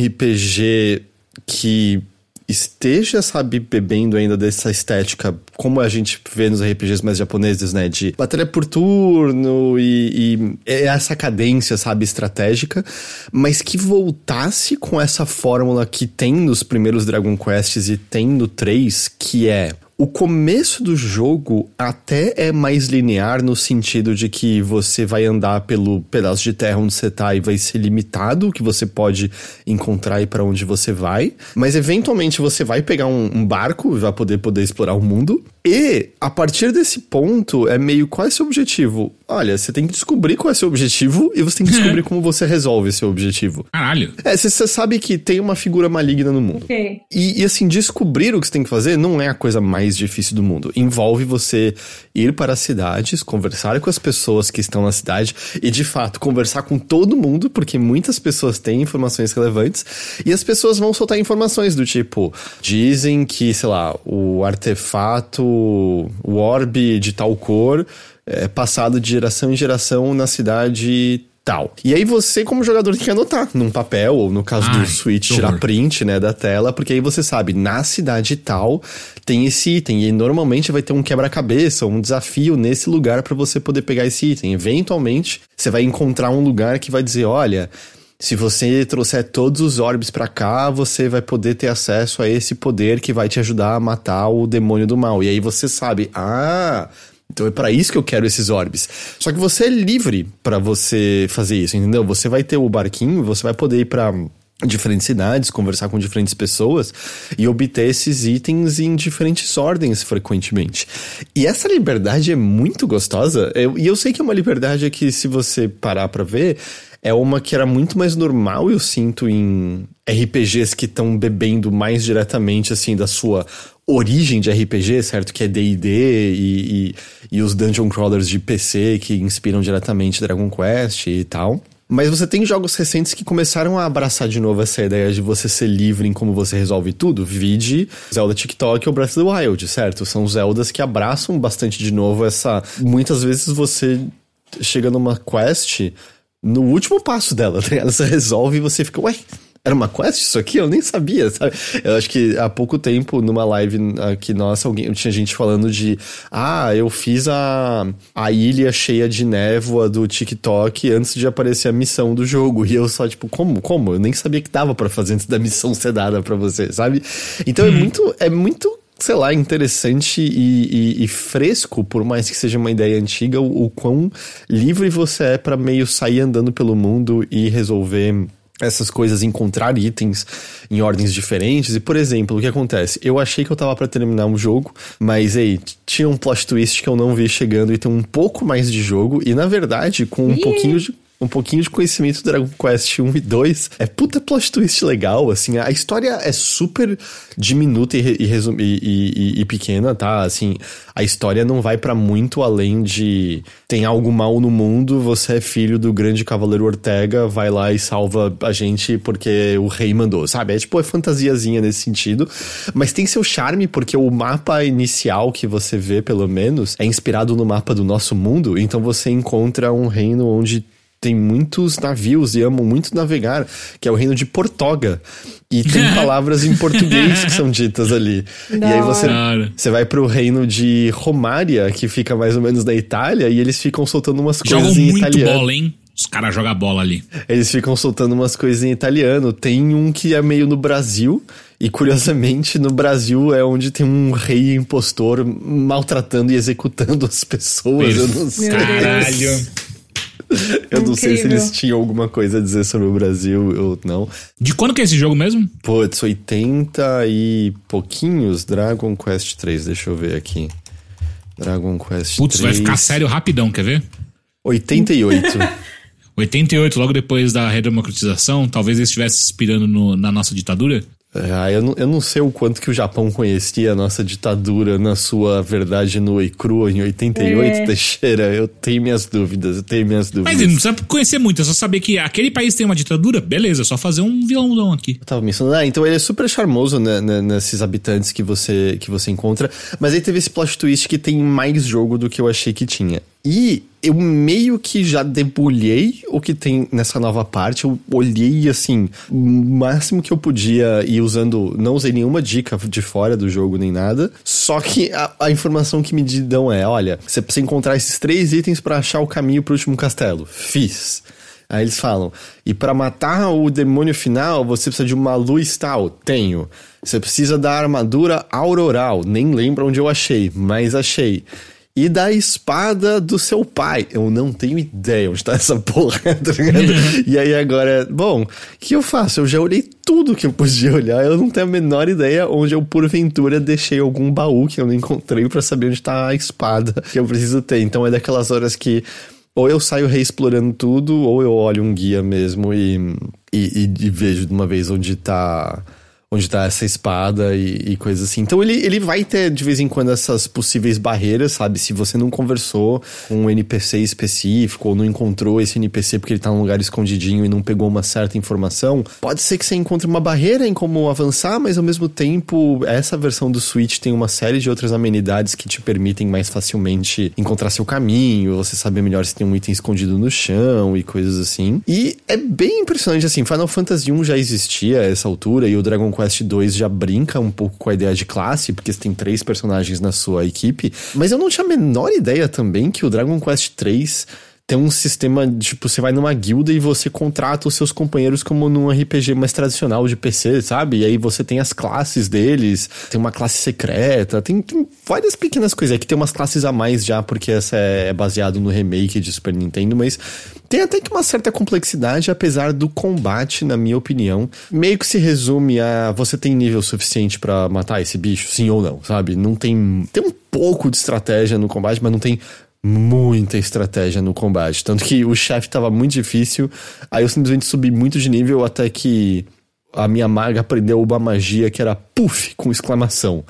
RPG que esteja, sabe, bebendo ainda dessa estética, como a gente vê nos RPGs mais japoneses, né, de batalha por turno e essa cadência, sabe, estratégica, mas que voltasse com essa fórmula que tem nos primeiros Dragon Quests e tem no 3, que é... O começo do jogo até é mais linear no sentido de que você vai andar pelo pedaço de terra onde você tá e vai ser limitado o que você pode encontrar e pra onde você vai. Mas eventualmente você vai pegar um barco e vai poder explorar o mundo. E a partir desse ponto é meio qual é seu objetivo? Olha, você tem que descobrir qual é seu objetivo e você tem que descobrir como você resolve esse objetivo. Caralho. Você sabe que tem uma figura maligna no mundo. Okay. E assim, descobrir o que você tem que fazer não é a coisa mais difícil do mundo. Envolve você ir para as cidades, conversar com as pessoas que estão na cidade e, de fato, conversar com todo mundo, porque muitas pessoas têm informações relevantes e as pessoas vão soltar informações do tipo, dizem que, sei lá, o artefato, o orbe de tal cor é passado de geração em geração na cidade tal. E aí você, como jogador, tem que anotar num papel, ou no caso do Switch, tirar print, né, da tela, porque aí você sabe, na cidade tal tem esse item, e normalmente vai ter um quebra-cabeça, um desafio nesse lugar pra você poder pegar esse item. Eventualmente, você vai encontrar um lugar que vai dizer, olha, se você trouxer todos os orbes pra cá, você vai poder ter acesso a esse poder que vai te ajudar a matar o demônio do mal. E aí você sabe, então é pra isso que eu quero esses orbes. Só que você é livre pra você fazer isso, entendeu? Você vai ter o barquinho, você vai poder ir pra diferentes cidades, conversar com diferentes pessoas e obter esses itens em diferentes ordens frequentemente. E essa liberdade é muito gostosa. E eu sei que é uma liberdade que, se você parar pra ver, é uma que era muito mais normal, eu sinto, em RPGs que estão bebendo mais diretamente, assim, da sua origem de RPG, certo? Que é D&D e os Dungeon Crawlers de PC que inspiram diretamente Dragon Quest e tal. Mas você tem jogos recentes que começaram a abraçar de novo essa ideia de você ser livre em como você resolve tudo. Vide Zelda TikTok ou Breath of the Wild, certo? São Zeldas que abraçam bastante de novo essa... Muitas vezes você chega numa quest no último passo dela, tá ligado? Você resolve e você fica, ué, era uma quest isso aqui? Eu nem sabia, sabe? Eu acho que há pouco tempo, numa live aqui nossa, tinha gente falando de, eu fiz a ilha cheia de névoa do TikTok antes de aparecer a missão do jogo. E eu só, tipo, como? Eu nem sabia que dava pra fazer antes da missão ser dada pra você, sabe? Então é muito sei lá, interessante e fresco, por mais que seja uma ideia antiga, o quão livre você é pra meio sair andando pelo mundo e resolver essas coisas, encontrar itens em ordens diferentes. E, por exemplo, o que acontece? Eu achei que eu tava pra terminar um jogo, mas aí, tinha um plot twist que eu não vi chegando e tem um pouco mais de jogo, e na verdade, com um pouquinho de conhecimento do Dragon Quest 1 e 2, é puta plot twist legal, assim, a história é super diminuta e pequena, tá, assim, a história não vai pra muito além de tem algo mal no mundo, você é filho do grande cavaleiro Ortega, vai lá e salva a gente porque o rei mandou, sabe, é fantasiazinha nesse sentido, mas tem seu charme porque o mapa inicial que você vê, pelo menos, é inspirado no mapa do nosso mundo, então você encontra um reino onde tem muitos navios e amam muito navegar, que é o reino de Portoga. E tem palavras em português que são ditas ali. Não. E aí você vai pro reino de Romária, que fica mais ou menos na Itália, e eles ficam soltando umas coisas em italiano. Jogam muito bola, hein? Os caras jogam bola ali. Eles ficam soltando umas coisas em italiano. Tem um que é meio no Brasil, e curiosamente no Brasil é onde tem um rei impostor maltratando e executando as pessoas. Eu não sei. Caralho. Eu não sei se eles tinham alguma coisa a dizer sobre o Brasil ou não. De quando que é esse jogo mesmo? Putz, 80 e pouquinhos. Dragon Quest 3, deixa eu ver aqui. Dragon Quest 3. Putz, vai ficar sério rapidão, quer ver? 88. 88, logo depois da redemocratização, talvez eles estivessem inspirando na nossa ditadura? Eu não sei o quanto que o Japão conhecia a nossa ditadura na sua verdade nua e crua em 88, Teixeira. Eu tenho minhas dúvidas. Mas não precisa conhecer muito, é só saber que aquele país tem uma ditadura, beleza, é só fazer um vilãozão aqui. Eu tava mencionando, então ele é super charmoso, né, nesses habitantes que você encontra, mas aí teve esse plot twist que tem mais jogo do que eu achei que tinha. E eu meio que já debulhei o que tem nessa nova parte. Eu olhei, assim, o máximo que eu podia e não usei nenhuma dica de fora do jogo nem nada. Só que a informação que me dão olha, você precisa encontrar esses 3 itens pra achar o caminho pro último castelo. Fiz. Aí eles falam, e pra matar o demônio final, você precisa de uma luz tal. Tenho. Você precisa da armadura auroral. Nem lembro onde eu achei, mas achei. E da espada do seu pai. Eu não tenho ideia onde tá essa porra, tá ligado? E aí agora, bom, o que eu faço? Eu já olhei tudo que eu podia olhar. Eu não tenho a menor ideia onde eu, porventura, deixei algum baú que eu não encontrei pra saber onde tá a espada que eu preciso ter. Então é daquelas horas que ou eu saio reexplorando tudo, ou eu olho um guia mesmo e vejo de uma vez onde tá essa espada e coisas assim. Então ele vai ter de vez em quando essas possíveis barreiras, sabe? Se você não conversou com um NPC específico ou não encontrou esse NPC porque ele tá num lugar escondidinho e não pegou uma certa informação, pode ser que você encontre uma barreira em como avançar, mas ao mesmo tempo essa versão do Switch tem uma série de outras amenidades que te permitem mais facilmente encontrar seu caminho, você saber melhor se tem um item escondido no chão e coisas assim. E é bem impressionante, assim, Final Fantasy 1 já existia a essa altura e o Dragon Quest 2 já brinca um pouco com a ideia de classe, porque você tem 3 personagens na sua equipe, mas eu não tinha a menor ideia também que o Dragon Quest 3 tem um sistema, tipo, você vai numa guilda e você contrata os seus companheiros como num RPG mais tradicional de PC, sabe? E aí você tem as classes deles, tem uma classe secreta, tem várias pequenas coisas. Aqui tem umas classes a mais já, porque essa é baseado no remake de Super Nintendo, mas tem até que uma certa complexidade, apesar do combate, na minha opinião, meio que se resume a você tem nível suficiente pra matar esse bicho, sim ou não, sabe? Não tem um pouco de estratégia no combate, mas não tem muita estratégia no combate. Tanto que o chefe tava muito difícil, aí eu simplesmente subi muito de nível até que a minha maga aprendeu uma magia que era puff, com exclamação.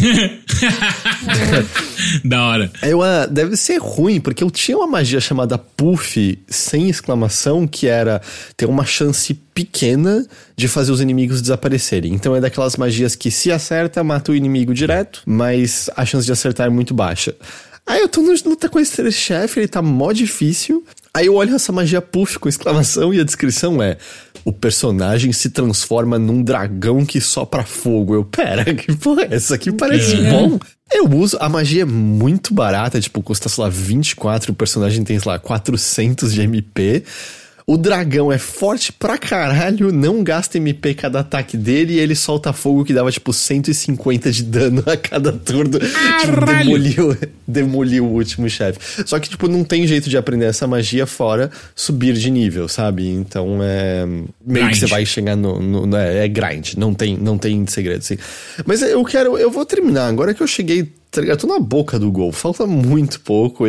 Da hora. Deve ser ruim, porque eu tinha uma magia chamada puff sem exclamação, que era ter uma chance pequena de fazer os inimigos desaparecerem. Então é daquelas magias que se acerta, mata o inimigo direto, mas a chance de acertar é muito baixa. Aí eu tô no luta com esse chefe, ele tá mó difícil. Aí eu olho essa magia puff com exclamação e a descrição é: o personagem se transforma num dragão que sopra fogo. Eu, pera, que porra é essa? Que parece bom. Eu uso, a magia é muito barata, tipo, custa, sei lá, 24, o personagem tem, sei lá, 400 de MP. O dragão é forte pra caralho, não gasta MP cada ataque dele e ele solta fogo que dava, tipo, 150 de dano a cada turno. Tipo, demoliu o último chefe. Só que, tipo, não tem jeito de aprender essa magia fora subir de nível, sabe? Então, meio que você vai chegar é grind, não tem segredo, assim. Mas eu vou terminar, agora que eu cheguei... Eu tô na boca do gol, falta muito pouco.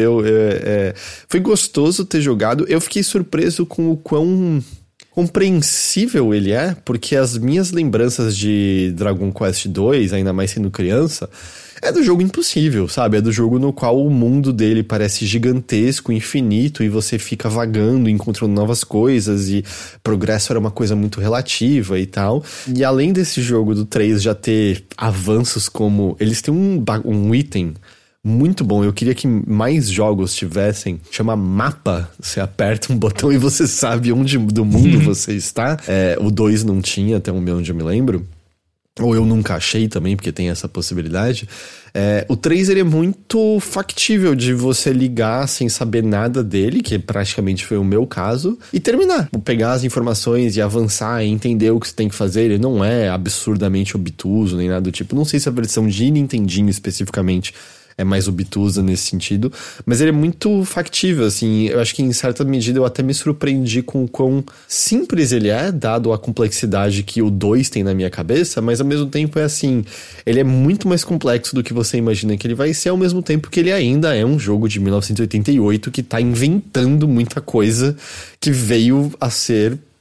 Foi gostoso ter jogado. Eu fiquei surpreso com o quão compreensível ele é, porque as minhas lembranças de Dragon Quest 2, ainda mais sendo criança, é do jogo impossível, sabe? É do jogo no qual o mundo dele parece gigantesco, infinito, e você fica vagando, encontrando novas coisas, e progresso era uma coisa muito relativa e tal. E além desse jogo do 3 já ter avanços como... Eles têm um item muito bom, eu queria que mais jogos tivessem, chama mapa. Você aperta um botão e você sabe onde do mundo você está. O 2 não tinha, até onde eu me lembro. Ou eu nunca achei também, porque tem essa possibilidade. O 3 ele é muito factível de você ligar sem saber nada dele, que praticamente foi o meu caso, e terminar. Pegar as informações e avançar e entender o que você tem que fazer. Ele não é absurdamente obtuso, nem nada do tipo. Não sei se a versão de Nintendinho especificamente é mais obtusa nesse sentido, mas ele é muito factível, assim. Eu acho que em certa medida eu até me surpreendi com o quão simples ele é, dado a complexidade que o 2 tem na minha cabeça, mas ao mesmo tempo é assim, ele é muito mais complexo do que você imagina que ele vai ser, ao mesmo tempo que ele ainda é um jogo de 1988 que tá inventando muita coisa que veio a ser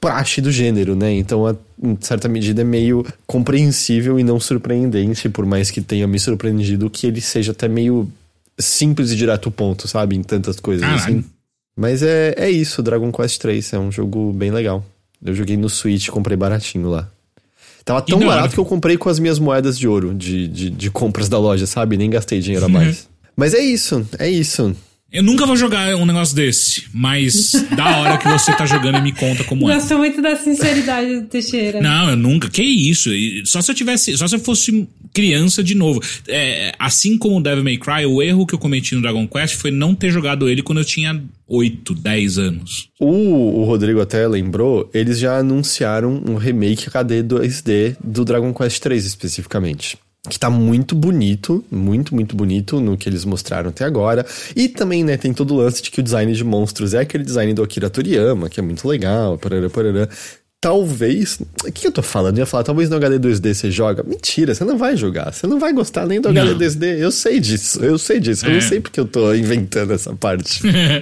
praxe do gênero, né? Então, em certa medida, é meio compreensível e não surpreendente, por mais que tenha me surpreendido que ele seja até meio simples e direto ao ponto, sabe? Em tantas coisas assim. Mas é isso, Dragon Quest 3 é um jogo bem legal. Eu joguei no Switch, comprei baratinho lá. Tava tão barato que eu comprei com as minhas moedas de ouro de compras da loja, sabe? Nem gastei dinheiro a mais. Mas é isso. Eu nunca vou jogar um negócio desse, mas da hora que você tá jogando e me conta como é. Gosto muito da sinceridade do Teixeira. Não, eu nunca. Que isso? Só se eu fosse criança de novo. Assim como o Devil May Cry, o erro que eu cometi no Dragon Quest foi não ter jogado ele quando eu tinha 8, 10 anos. O Rodrigo até lembrou, eles já anunciaram um remake HD 2D do Dragon Quest 3 especificamente. Que tá muito bonito, muito, muito bonito no que eles mostraram até agora. E também, né, tem todo o lance de que o design de monstros é aquele design do Akira Toriyama, que é muito legal, parará. Talvez... O que eu tô falando? Eu ia falar, talvez no HD 2D você joga. Mentira, você não vai jogar. Você não vai gostar nem do HD 2D. Eu sei disso. Eu não sei porque eu tô inventando essa parte.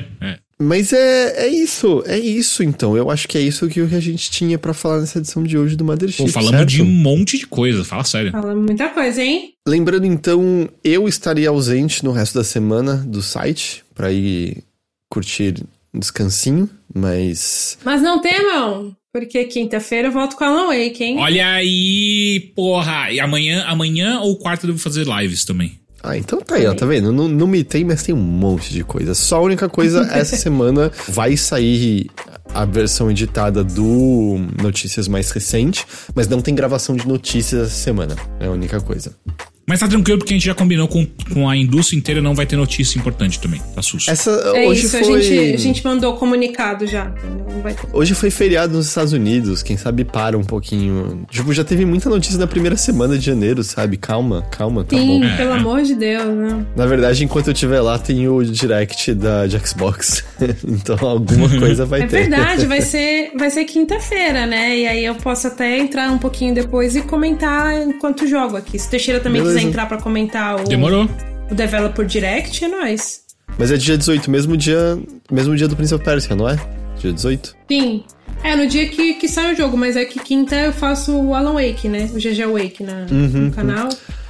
Mas é isso então. Eu acho que é isso que a gente tinha pra falar nessa edição de hoje do Mothership. Falamos certo? De um monte de coisa, fala sério. Falamos muita coisa, hein? Lembrando então, eu estaria ausente no resto da semana do site pra ir curtir um descansinho, mas... Mas não temam, porque quinta-feira eu volto com a Alan Wake, hein? Olha aí, porra! E amanhã ou quarta eu devo fazer lives também. Então tá aí, ó, tá vendo? Não me tem, mas tem um monte de coisa. Só a única coisa, essa semana vai sair a versão editada do Notícias mais recente, mas não tem gravação de notícias essa semana. É a única coisa. Mas tá tranquilo, porque a gente já combinou com a indústria inteira, não vai ter notícia importante também, tá susto. Hoje isso, foi... a gente mandou comunicado já. Não vai ter. Hoje foi feriado nos Estados Unidos, quem sabe para um pouquinho. Tipo, já teve muita notícia na primeira semana de janeiro, sabe? Calma, tá bom. Sim, pelo amor de Deus, né? Na verdade, enquanto eu estiver lá, tem o direct de Xbox. Então, alguma coisa vai ter. É verdade, vai ser quinta-feira, né? E aí eu posso até entrar um pouquinho depois e comentar enquanto jogo aqui. Se o Teixeira também quiser entrar pra comentar o Developer Direct, é nóis. Mas é dia 18, mesmo dia do Prince of Persia, não é? Dia 18? Sim. É, no dia que sai o jogo, mas é que quinta eu faço o Alan Wake, né? O GG Wake no canal.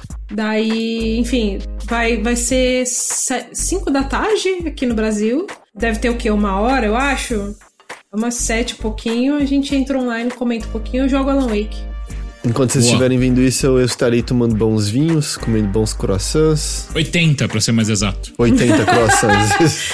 Daí, enfim, vai ser 5 da tarde aqui no Brasil. Deve ter o quê? 1 hora, eu acho? Umas 7 e pouquinho, a gente entra online, comenta um pouquinho, eu jogo Alan Wake. Enquanto vocês estiverem vendo isso, eu estarei tomando bons vinhos, comendo bons croissants. 80, pra ser mais exato. 80 croissants.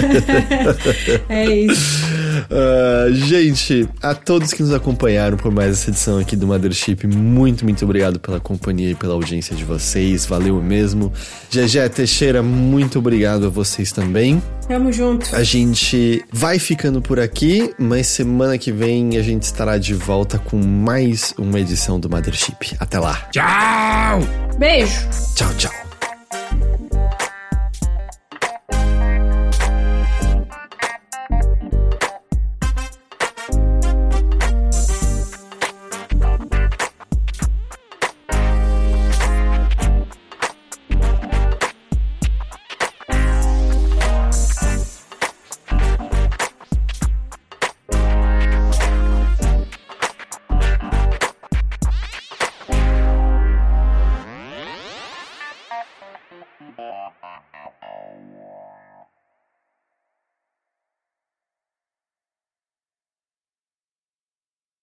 É isso. Gente, a todos que nos acompanharam por mais essa edição aqui do Mothership, muito, muito obrigado pela companhia e pela audiência de vocês. Valeu mesmo. GG Teixeira, muito obrigado a vocês também. Tamo junto. A gente vai ficando por aqui, mas semana que vem a gente estará de volta com mais uma edição do Mothership. Até lá. Tchau! Beijo. Tchau, tchau. Yeah.